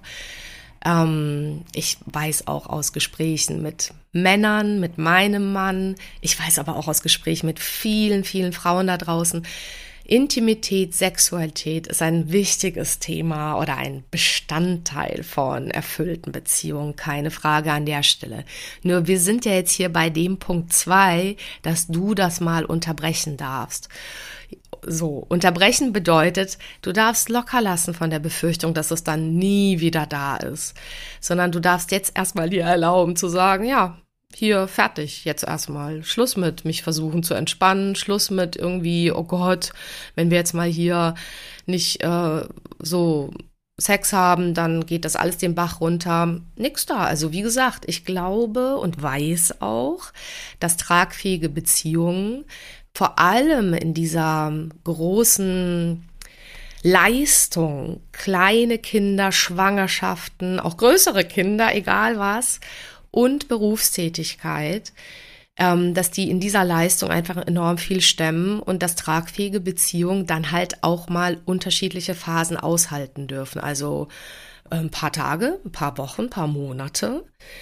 aus Gesprächen mit Männern, mit meinem Mann, ich weiß aber auch aus Gesprächen mit vielen, vielen Frauen da draußen, Intimität, Sexualität ist ein wichtiges Thema oder ein Bestandteil von erfüllten Beziehungen, keine Frage an der Stelle. Nur wir sind ja jetzt hier bei dem Punkt 2, dass du das mal unterbrechen darfst. So, unterbrechen bedeutet, du darfst locker lassen von der Befürchtung, dass es dann nie wieder da ist, sondern du darfst jetzt erstmal dir erlauben zu sagen, ja, hier fertig, jetzt erstmal Schluss mit mich versuchen zu entspannen, Schluss mit irgendwie, oh Gott, wenn wir jetzt mal hier nicht so Sex haben, dann geht das alles den Bach runter. Nix da. Also wie gesagt, ich glaube und weiß auch, dass tragfähige Beziehungen vor allem in dieser großen Leistung, kleine Kinder, Schwangerschaften, auch größere Kinder, egal was, und Berufstätigkeit, dass die in dieser Leistung einfach enorm viel stemmen und dass tragfähige Beziehungen dann halt auch mal unterschiedliche Phasen aushalten dürfen. Also ein paar Tage, ein paar Wochen, ein paar Monate,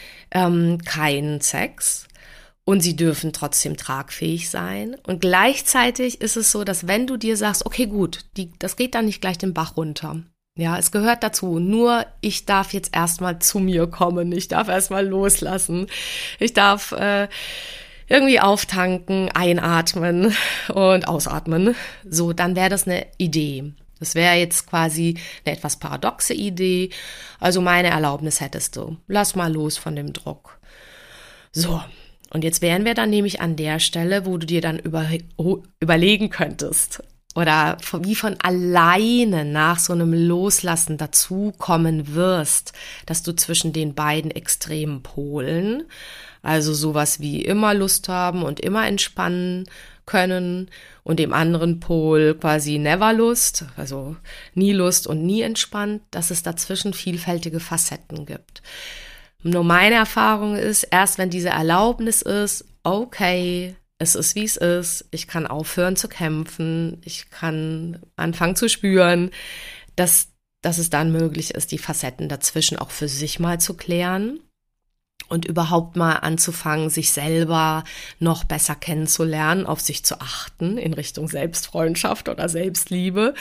keinen Sex. Und sie dürfen trotzdem tragfähig sein. Und gleichzeitig ist es so, dass wenn du dir sagst, okay, gut, das geht dann nicht gleich den Bach runter. Ja, es gehört dazu. Nur ich darf jetzt erstmal zu mir kommen. Ich darf erstmal loslassen. Ich darf irgendwie auftanken, einatmen und ausatmen. So, dann wäre das eine Idee. Das wäre jetzt quasi eine etwas paradoxe Idee. Also meine Erlaubnis hättest du. Lass mal los von dem Druck. So. Und jetzt wären wir dann nämlich an der Stelle, wo du dir dann überlegen könntest oder wie von alleine nach so einem Loslassen dazukommen wirst, dass du zwischen den beiden extremen Polen, Also sowas wie immer Lust haben und immer entspannen können und dem anderen Pol quasi never Lust, also nie Lust und nie entspannt, dass es dazwischen vielfältige Facetten gibt. Nur meine Erfahrung ist, erst wenn diese Erlaubnis ist, okay, es ist wie es ist, ich kann aufhören zu kämpfen, ich kann anfangen zu spüren, dass es dann möglich ist, die Facetten dazwischen auch für sich mal zu klären. Und überhaupt mal anzufangen, sich selber noch besser kennenzulernen, auf sich zu achten in Richtung Selbstfreundschaft oder Selbstliebe.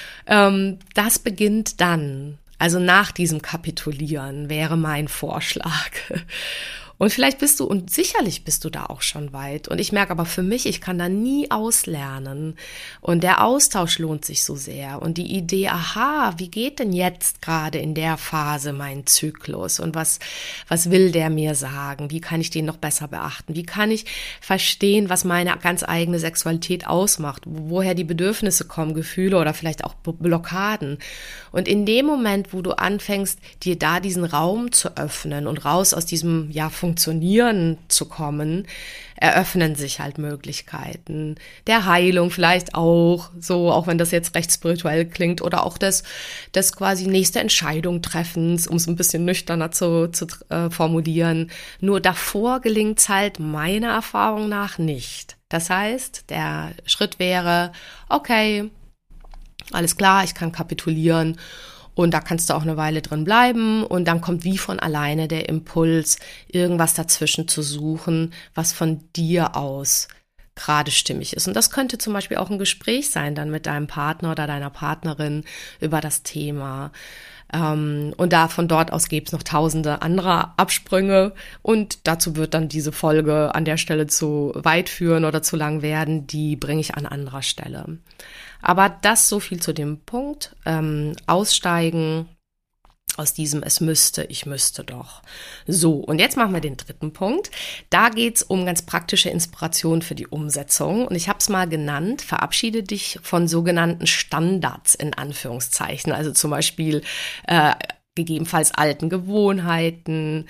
Das beginnt dann, also nach diesem Kapitulieren wäre mein Vorschlag. Und vielleicht bist du, und sicherlich bist du da auch schon weit. Und ich merke aber für mich, ich kann da nie auslernen. Und der Austausch lohnt sich so sehr. Und die Idee, aha, wie geht denn jetzt gerade in der Phase mein Zyklus? Und was will der mir sagen? Wie kann ich den noch besser beachten? Wie kann ich verstehen, was meine ganz eigene Sexualität ausmacht? Woher die Bedürfnisse kommen, Gefühle oder vielleicht auch Blockaden? Und in dem Moment, wo du anfängst, dir da diesen Raum zu öffnen und raus aus diesem, Funktionieren zu kommen, eröffnen sich halt Möglichkeiten der Heilung vielleicht auch, so auch wenn das jetzt recht spirituell klingt, oder auch des quasi nächste Entscheidung treffens, um es ein bisschen nüchterner zu formulieren. Nur davor gelingt es halt meiner Erfahrung nach nicht. Das heißt, der Schritt wäre, okay, alles klar, ich kann kapitulieren. Und da kannst du auch eine Weile drin bleiben und dann kommt wie von alleine der Impuls, irgendwas dazwischen zu suchen, was von dir aus gerade stimmig ist. Und das könnte zum Beispiel auch ein Gespräch sein dann mit deinem Partner oder deiner Partnerin über das Thema. Und von dort aus gäbe es noch tausende anderer Absprünge und dazu wird dann diese Folge an der Stelle zu weit führen oder zu lang werden, die bringe ich an anderer Stelle. Aber das so viel zu dem Punkt, aussteigen aus diesem es müsste, ich müsste doch. So, und jetzt machen wir den dritten Punkt. Da geht's um ganz praktische Inspiration für die Umsetzung. Und ich habe es mal genannt, verabschiede dich von sogenannten Standards in Anführungszeichen. Also zum Beispiel gegebenenfalls alten Gewohnheiten.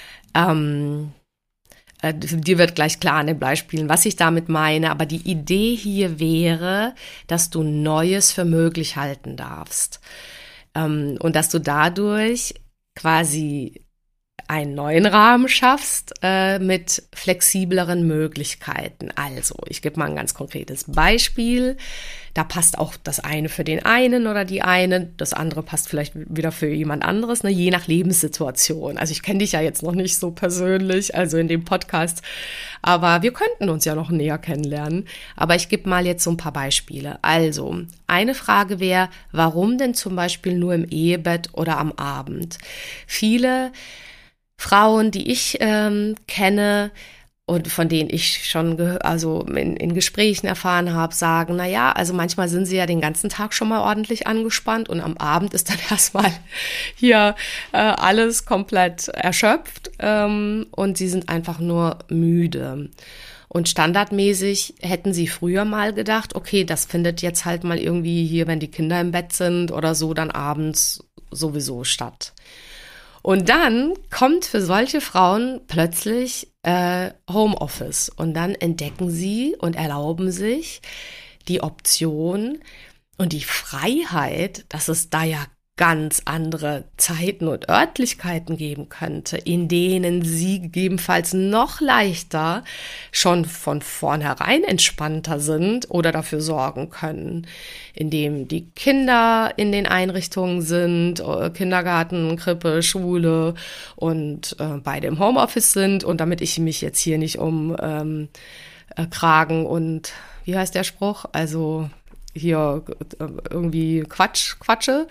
Dir wird gleich klar an den Beispielen, was ich damit meine. Aber die Idee hier wäre, dass du Neues für möglich halten darfst. Und dass du dadurch quasi einen neuen Rahmen schaffst mit flexibleren Möglichkeiten. Also, ich gebe mal ein ganz konkretes Beispiel. Da passt auch das eine für den einen oder die eine, das andere passt vielleicht wieder für jemand anderes, ne? Je nach Lebenssituation. Also ich kenne dich ja jetzt noch nicht so persönlich, also in dem Podcast, aber wir könnten uns ja noch näher kennenlernen. Aber ich gebe mal jetzt so ein paar Beispiele. Also, eine Frage wäre, warum denn zum Beispiel nur im Ehebett oder am Abend? Viele Frauen, die ich kenne und von denen ich schon in Gesprächen erfahren habe, sagen, also manchmal sind sie ja den ganzen Tag schon mal ordentlich angespannt und am Abend ist dann erstmal hier alles komplett erschöpft und sie sind einfach nur müde. Und standardmäßig hätten sie früher mal gedacht, okay, das findet jetzt halt mal irgendwie hier, wenn die Kinder im Bett sind oder so, dann abends sowieso statt. Und dann kommt für solche Frauen plötzlich Homeoffice und dann entdecken sie und erlauben sich die Option und die Freiheit, dass es da ja ganz andere Zeiten und Örtlichkeiten geben könnte, in denen sie gegebenenfalls noch leichter schon von vornherein entspannter sind oder dafür sorgen können, indem die Kinder in den Einrichtungen sind, Kindergarten, Krippe, Schule und beide im Homeoffice sind und damit ich mich jetzt hier nicht um Kragen und, wie heißt der Spruch, also hier irgendwie quatsche,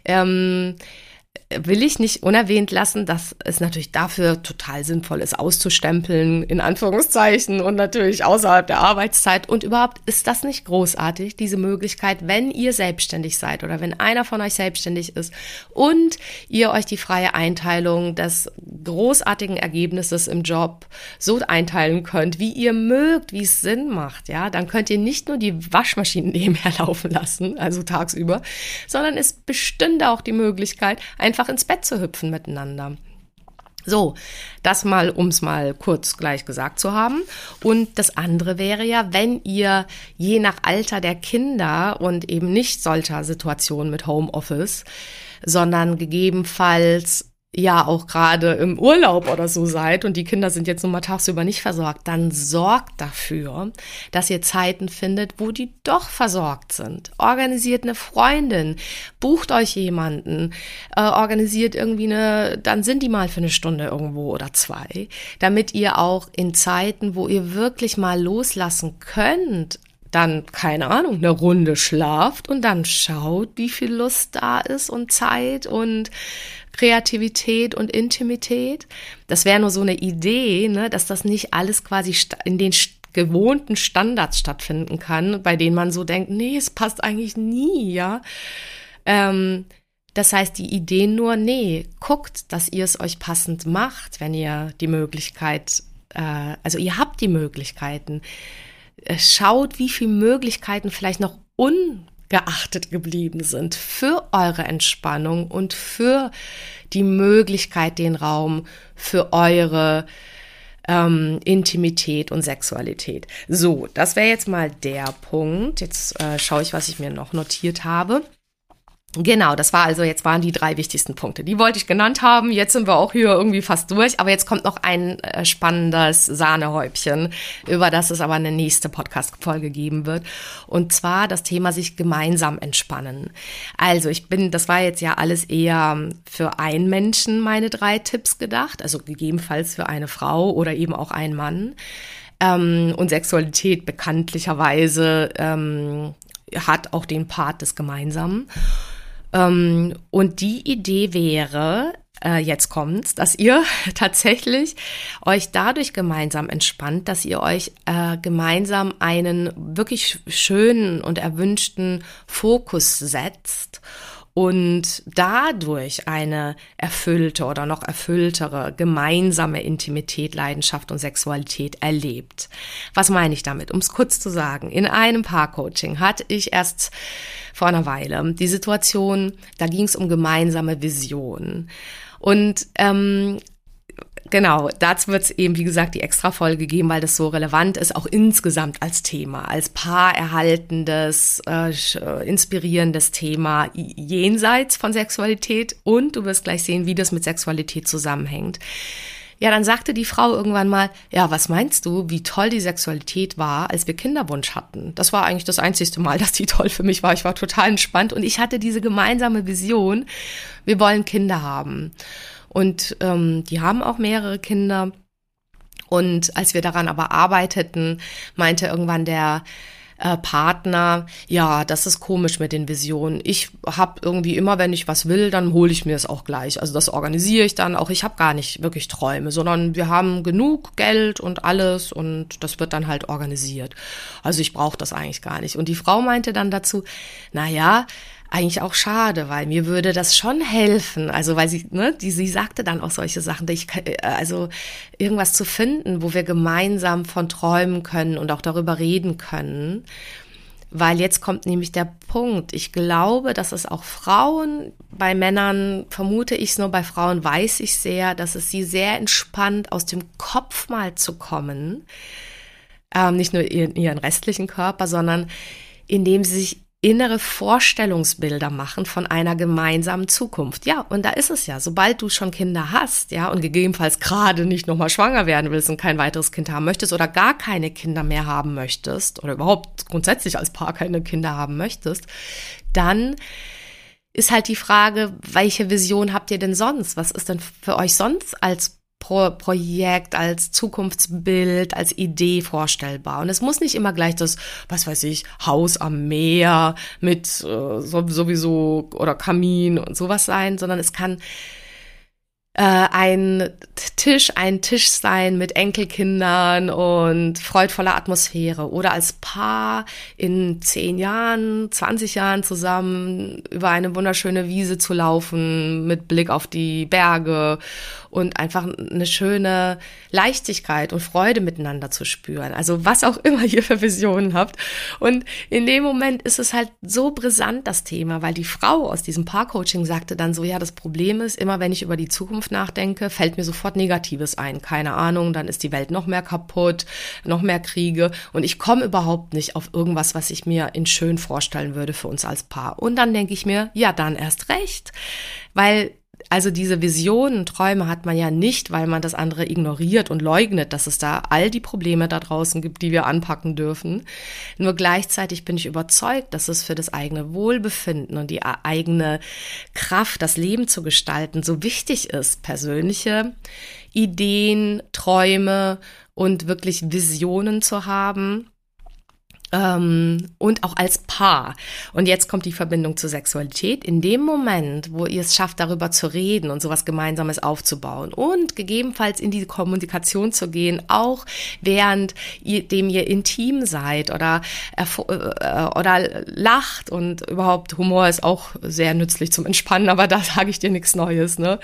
will ich nicht unerwähnt lassen, dass es natürlich dafür total sinnvoll ist, auszustempeln, in Anführungszeichen, und natürlich außerhalb der Arbeitszeit. Und überhaupt ist das nicht großartig, diese Möglichkeit, wenn ihr selbstständig seid oder wenn einer von euch selbstständig ist und ihr euch die freie Einteilung des großartigen Ergebnisses im Job so einteilen könnt, wie ihr mögt, wie es Sinn macht, ja, dann könnt ihr nicht nur die Waschmaschine nebenher laufen lassen, also tagsüber, sondern es bestünde auch die Möglichkeit, einfach ins Bett zu hüpfen miteinander. So, das mal, um es mal kurz gleich gesagt zu haben. Und das andere wäre ja, wenn ihr je nach Alter der Kinder und eben nicht solcher Situationen mit Homeoffice, sondern gegebenenfalls ja auch gerade im Urlaub oder so seid und die Kinder sind jetzt nun mal tagsüber nicht versorgt, dann sorgt dafür, dass ihr Zeiten findet, wo die doch versorgt sind. Organisiert eine Freundin, bucht euch jemanden, organisiert irgendwie dann sind die mal für eine Stunde irgendwo oder 2, damit ihr auch in Zeiten, wo ihr wirklich mal loslassen könnt, dann, keine Ahnung, eine Runde schlaft und dann schaut, wie viel Lust da ist und Zeit und Kreativität und Intimität. Das wäre nur so eine Idee, ne, dass das nicht alles quasi in den gewohnten Standards stattfinden kann, bei denen man so denkt, nee, es passt eigentlich nie, ja. Das heißt, die Idee nur, nee, guckt, dass ihr es euch passend macht, wenn ihr die Möglichkeit, also ihr habt die Möglichkeiten. Schaut, wie viele Möglichkeiten vielleicht noch ungeachtet geblieben sind für eure Entspannung und für die Möglichkeit, den Raum für eure Intimität und Sexualität. So, das wäre jetzt mal der Punkt. Jetzt schaue ich, was ich mir noch notiert habe. Genau, das war also, jetzt waren die 3 wichtigsten Punkte. Die wollte ich genannt haben. Jetzt sind wir auch hier irgendwie fast durch. Aber jetzt kommt noch ein spannendes Sahnehäubchen, über das es aber eine nächste Podcast-Folge geben wird. Und zwar das Thema sich gemeinsam entspannen. Also das war jetzt ja alles eher für einen Menschen meine 3 Tipps gedacht. Also gegebenenfalls für eine Frau oder eben auch einen Mann. Und Sexualität bekanntlicherweise hat auch den Part des Gemeinsamen. Und die Idee wäre, jetzt kommt's, dass ihr tatsächlich euch dadurch gemeinsam entspannt, dass ihr euch gemeinsam einen wirklich schönen und erwünschten Fokus setzt und dadurch eine erfüllte oder noch erfülltere gemeinsame Intimität, Leidenschaft und Sexualität erlebt. Was meine ich damit? Um es kurz zu sagen, in einem Paarcoaching hatte ich erst vor einer Weile die Situation, da ging es um gemeinsame Vision. Und genau, dazu wird es eben, wie gesagt, die Extra-Folge geben, weil das so relevant ist, auch insgesamt als Thema, als paarerhaltendes, inspirierendes Thema jenseits von Sexualität. Und du wirst gleich sehen, wie das mit Sexualität zusammenhängt. Ja, dann sagte die Frau irgendwann mal, ja, was meinst du, wie toll die Sexualität war, als wir Kinderwunsch hatten? Das war eigentlich das einzigste Mal, dass die toll für mich war. Ich war total entspannt und ich hatte diese gemeinsame Vision, wir wollen Kinder haben. Und die haben auch mehrere Kinder. Und als wir daran aber arbeiteten, meinte irgendwann der Partner, ja, das ist komisch mit den Visionen. Ich habe irgendwie immer, wenn ich was will, dann hole ich mir es auch gleich. Also das organisiere ich dann auch. Ich habe gar nicht wirklich Träume, sondern wir haben genug Geld und alles und das wird dann halt organisiert. Also ich brauche das eigentlich gar nicht. Und die Frau meinte dann dazu, naja, eigentlich auch schade, weil mir würde das schon helfen. Also weil sie sagte dann auch solche Sachen, also irgendwas zu finden, wo wir gemeinsam von träumen können und auch darüber reden können. Weil jetzt kommt nämlich der Punkt. Ich glaube, dass es auch Frauen, bei Männern vermute ich es nur, bei Frauen weiß ich sehr, dass es sie sehr entspannt aus dem Kopf mal zu kommen. Nicht nur in ihren restlichen Körper, sondern indem sie sich innere Vorstellungsbilder machen von einer gemeinsamen Zukunft. Ja, und da ist es ja, sobald du schon Kinder hast, ja, und gegebenenfalls gerade nicht nochmal schwanger werden willst und kein weiteres Kind haben möchtest oder gar keine Kinder mehr haben möchtest oder überhaupt grundsätzlich als Paar keine Kinder haben möchtest, dann ist halt die Frage, welche Vision habt ihr denn sonst? Was ist denn für euch sonst als Projekt, als Zukunftsbild, als Idee vorstellbar. Und es muss nicht immer gleich das, was weiß ich, Haus am Meer mit sowieso oder Kamin und sowas sein, sondern es kann ein Tisch sein mit Enkelkindern und freudvoller Atmosphäre oder als Paar in 10 Jahren, 20 Jahren zusammen über eine wunderschöne Wiese zu laufen mit Blick auf die Berge und einfach eine schöne Leichtigkeit und Freude miteinander zu spüren. Also was auch immer ihr für Visionen habt. Und in dem Moment ist es halt so brisant, das Thema, weil die Frau aus diesem Paarcoaching sagte dann so, ja, das Problem ist, immer wenn ich über die Zukunft nachdenke, fällt mir sofort Negatives ein. Keine Ahnung, dann ist die Welt noch mehr kaputt, noch mehr Kriege und ich komme überhaupt nicht auf irgendwas, was ich mir in schön vorstellen würde für uns als Paar. Und dann denke ich mir, ja, dann erst recht, weil also diese Visionen, Träume hat man ja nicht, weil man das andere ignoriert und leugnet, dass es da all die Probleme da draußen gibt, die wir anpacken dürfen. Nur gleichzeitig bin ich überzeugt, dass es für das eigene Wohlbefinden und die eigene Kraft, das Leben zu gestalten, so wichtig ist, persönliche Ideen, Träume und wirklich Visionen zu haben. Und auch als Paar. Und jetzt kommt die Verbindung zur Sexualität. In dem Moment, wo ihr es schafft, darüber zu reden und sowas Gemeinsames aufzubauen und gegebenenfalls in die Kommunikation zu gehen, auch während dem ihr intim seid oder lacht und überhaupt Humor ist auch sehr nützlich zum Entspannen, aber da sage ich dir nichts Neues, ne?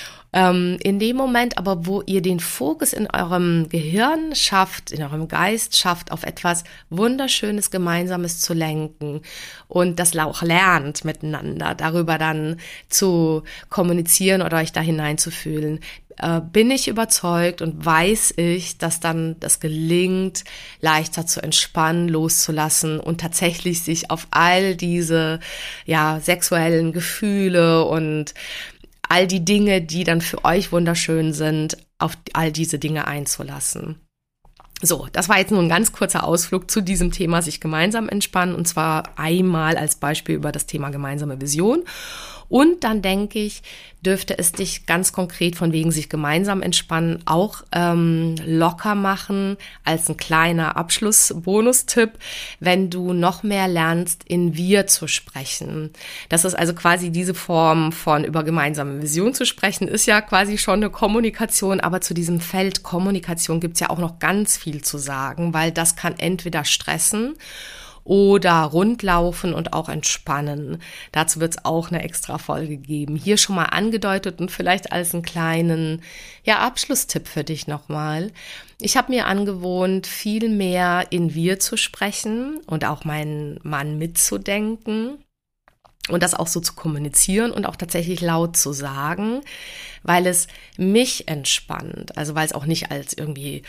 In dem Moment aber, wo ihr den Fokus in eurem Gehirn schafft, in eurem Geist schafft, auf etwas Wunderschönes, Gemeinsames zu lenken und das auch lernt miteinander, darüber dann zu kommunizieren oder euch da hineinzufühlen, bin ich überzeugt und weiß ich, dass dann das gelingt, leichter zu entspannen, loszulassen und tatsächlich sich auf all diese sexuellen Gefühle und all die Dinge, die dann für euch wunderschön sind, auf all diese Dinge einzulassen. So, das war jetzt nur ein ganz kurzer Ausflug zu diesem Thema, sich gemeinsam entspannen, und zwar einmal als Beispiel über das Thema gemeinsame Vision. Und dann denke ich, dürfte es dich ganz konkret von wegen sich gemeinsam entspannen auch locker machen als ein kleiner Abschlussbonustipp, wenn du noch mehr lernst, in Wir zu sprechen. Das ist also quasi diese Form von über gemeinsame Vision zu sprechen, ist ja quasi schon eine Kommunikation, aber zu diesem Feld Kommunikation gibt's ja auch noch ganz viel zu sagen, weil das kann entweder stressen oder rundlaufen und auch entspannen. Dazu wird es auch eine extra Folge geben. Hier schon mal angedeutet und vielleicht als einen kleinen Abschlusstipp für dich nochmal. Ich habe mir angewohnt, viel mehr in Wir zu sprechen und auch meinen Mann mitzudenken und das auch so zu kommunizieren und auch tatsächlich laut zu sagen, weil es mich entspannt. Also weil es auch nicht als irgendwie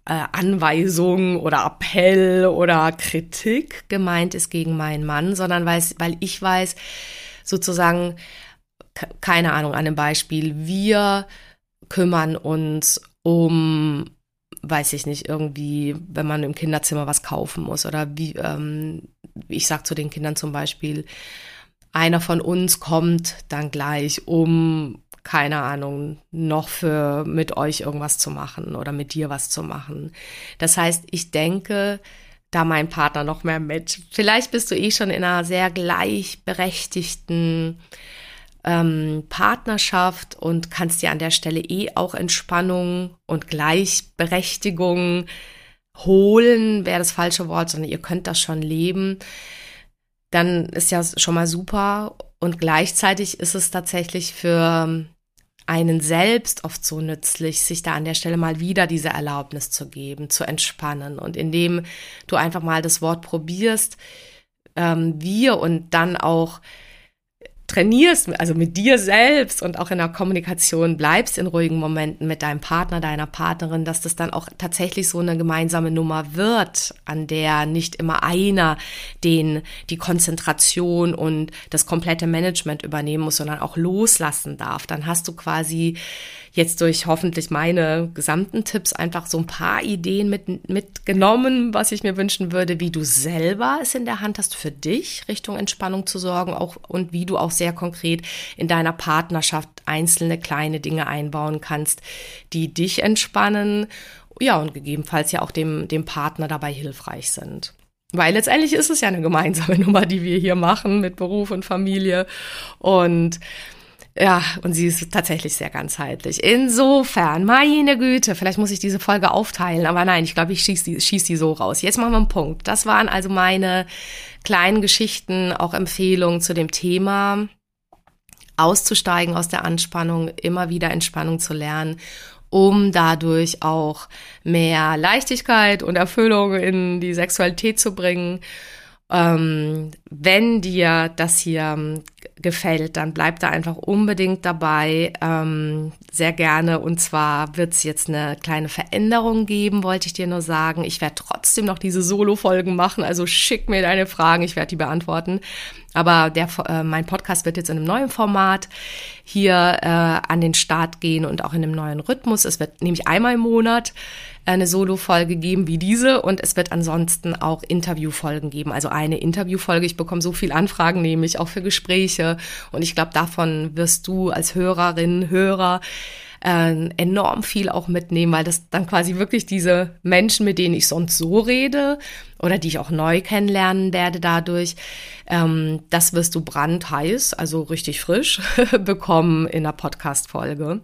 Anweisung oder Appell oder Kritik gemeint ist gegen meinen Mann, sondern weil ich weiß, sozusagen, keine Ahnung, an einem Beispiel, wir kümmern uns um, weiß ich nicht, irgendwie, wenn man im Kinderzimmer was kaufen muss oder wie, ich sag zu den Kindern zum Beispiel, einer von uns kommt dann gleich, um keine Ahnung, noch mit euch irgendwas zu machen oder mit dir was zu machen. Das heißt, ich denke, da mein Partner noch mehr mit. Vielleicht bist du schon in einer sehr gleichberechtigten Partnerschaft und kannst dir an der Stelle auch Entspannung und Gleichberechtigung holen, wäre das falsche Wort, sondern ihr könnt das schon leben. Dann ist ja schon mal super. Und gleichzeitig ist es tatsächlich für einen selbst oft so nützlich, sich da an der Stelle mal wieder diese Erlaubnis zu geben, zu entspannen. Und indem du einfach mal das Wort probierst, wir und dann auch trainierst, also mit dir selbst und auch in der Kommunikation bleibst in ruhigen Momenten mit deinem Partner, deiner Partnerin, dass das dann auch tatsächlich so eine gemeinsame Nummer wird, an der nicht immer einer die Konzentration und das komplette Management übernehmen muss, sondern auch loslassen darf. Dann hast du quasi jetzt durch hoffentlich meine gesamten Tipps einfach so ein paar Ideen mitgenommen, was ich mir wünschen würde, wie du selber es in der Hand hast, für dich Richtung Entspannung zu sorgen, auch und wie du auch sehr konkret in deiner Partnerschaft einzelne kleine Dinge einbauen kannst, die dich entspannen, und gegebenenfalls ja auch dem Partner dabei hilfreich sind. Weil letztendlich ist es ja eine gemeinsame Nummer, die wir hier machen mit Beruf und Familie und sie ist tatsächlich sehr ganzheitlich. Insofern, meine Güte, vielleicht muss ich diese Folge aufteilen, aber nein, ich glaube, ich schieß die so raus. Jetzt machen wir einen Punkt. Das waren also meine kleinen Geschichten, auch Empfehlungen zu dem Thema auszusteigen aus der Anspannung, immer wieder Entspannung zu lernen, um dadurch auch mehr Leichtigkeit und Erfüllung in die Sexualität zu bringen. Wenn dir das hier gefällt, dann bleib da einfach unbedingt dabei, sehr gerne. Und zwar wird es jetzt eine kleine Veränderung geben, wollte ich dir nur sagen. Ich werde trotzdem noch diese Solo-Folgen machen, also schick mir deine Fragen, ich werde die beantworten. Aber mein Podcast wird jetzt in einem neuen Format hier an den Start gehen und auch in einem neuen Rhythmus. Es wird nämlich einmal im Monat eine Solo-Folge geben wie diese und es wird ansonsten auch Interviewfolgen geben. Also eine Interviewfolge. Ich bekomme so viel Anfragen, nämlich auch für Gespräche. Und ich glaube, davon wirst du als Hörerin, Hörer enorm viel auch mitnehmen, weil das dann quasi wirklich diese Menschen, mit denen ich sonst so rede oder die ich auch neu kennenlernen werde dadurch, das wirst du brandheiß, also richtig frisch bekommen in einer Podcast-Folge.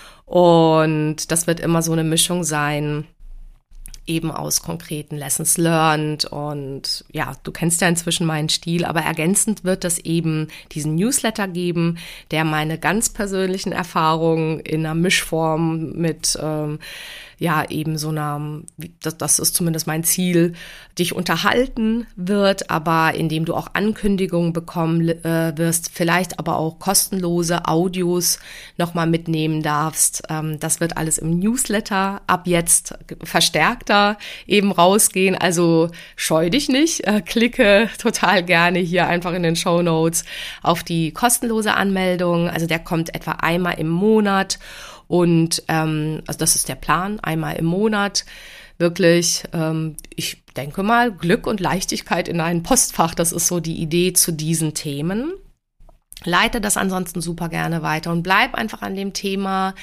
Und das wird immer so eine Mischung sein, eben aus konkreten Lessons learned und ja, du kennst ja inzwischen meinen Stil, aber ergänzend wird es eben diesen Newsletter geben, der meine ganz persönlichen Erfahrungen in einer Mischform mit ja, eben so einer, das ist zumindest mein Ziel, dich unterhalten wird, aber indem du auch Ankündigungen bekommen wirst, vielleicht aber auch kostenlose Audios nochmal mitnehmen darfst. Das wird alles im Newsletter ab jetzt verstärkter eben rausgehen. Also scheu dich nicht, klicke total gerne hier einfach in den Shownotes auf die kostenlose Anmeldung. Also der kommt etwa einmal im Monat. Und also das ist der Plan, einmal im Monat wirklich, ich denke mal, Glück und Leichtigkeit in ein Postfach, das ist so die Idee zu diesen Themen. Leite das ansonsten super gerne weiter und bleib einfach an dem Thema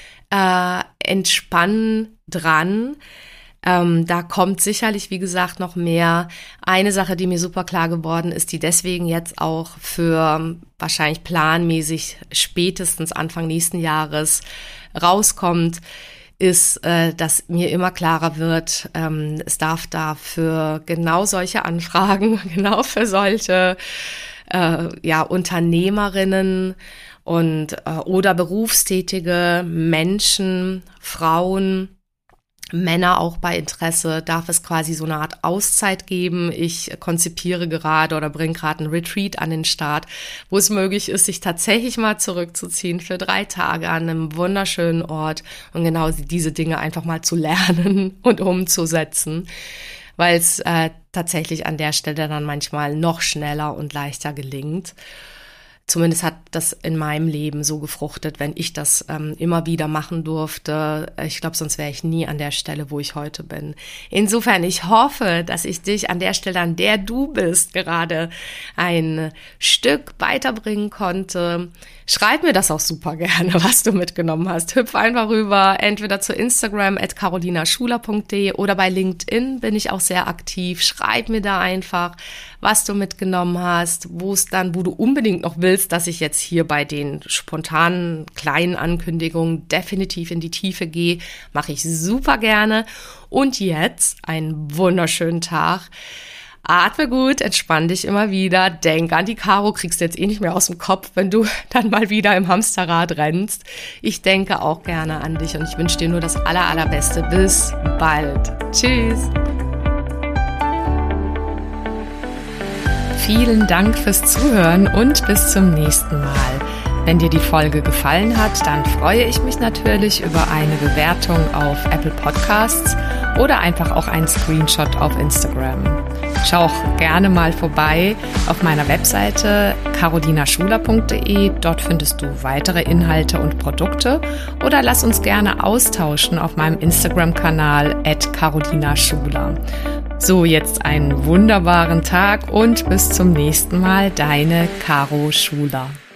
entspannen dran. Da kommt sicherlich, wie gesagt, noch mehr. Eine Sache, die mir super klar geworden ist, die deswegen jetzt auch für wahrscheinlich planmäßig spätestens Anfang nächsten Jahres rauskommt, ist, dass mir immer klarer wird, es darf da für genau solche Anfragen, genau für solche ja, Unternehmerinnen und oder berufstätige Menschen, Frauen, Männer auch bei Interesse, darf es quasi so eine Art Auszeit geben. Ich konzipiere gerade oder bringe gerade einen Retreat an den Start, wo es möglich ist, sich tatsächlich mal zurückzuziehen für 3 Tage an einem wunderschönen Ort und genau diese Dinge einfach mal zu lernen und umzusetzen, weil es tatsächlich an der Stelle dann manchmal noch schneller und leichter gelingt. Zumindest hat das in meinem Leben so gefruchtet, wenn ich das immer wieder machen durfte. Ich glaube, sonst wäre ich nie an der Stelle, wo ich heute bin. Insofern, ich hoffe, dass ich dich an der Stelle, an der du bist, gerade ein Stück weiterbringen konnte. Schreib mir das auch super gerne, was du mitgenommen hast. Hüpf einfach rüber, entweder zu Instagram @carolinaschuler.de oder bei LinkedIn bin ich auch sehr aktiv. Schreib mir da einfach, was du mitgenommen hast, wo du unbedingt noch willst, dass ich jetzt hier bei den spontanen kleinen Ankündigungen definitiv in die Tiefe gehe, mache ich super gerne. Und jetzt einen wunderschönen Tag. Atme gut, entspann dich immer wieder, denk an die Caro, kriegst du jetzt eh nicht mehr aus dem Kopf, wenn du dann mal wieder im Hamsterrad rennst. Ich denke auch gerne an dich und ich wünsche dir nur das Allerbeste. Bis bald. Tschüss. Vielen Dank fürs Zuhören und bis zum nächsten Mal. Wenn dir die Folge gefallen hat, dann freue ich mich natürlich über eine Bewertung auf Apple Podcasts oder einfach auch einen Screenshot auf Instagram. Schau auch gerne mal vorbei auf meiner Webseite carolinaschuler.de. Dort findest du weitere Inhalte und Produkte oder lass uns gerne austauschen auf meinem Instagram-Kanal @carolinaschuler. So, jetzt einen wunderbaren Tag und bis zum nächsten Mal, deine Caro Schuler.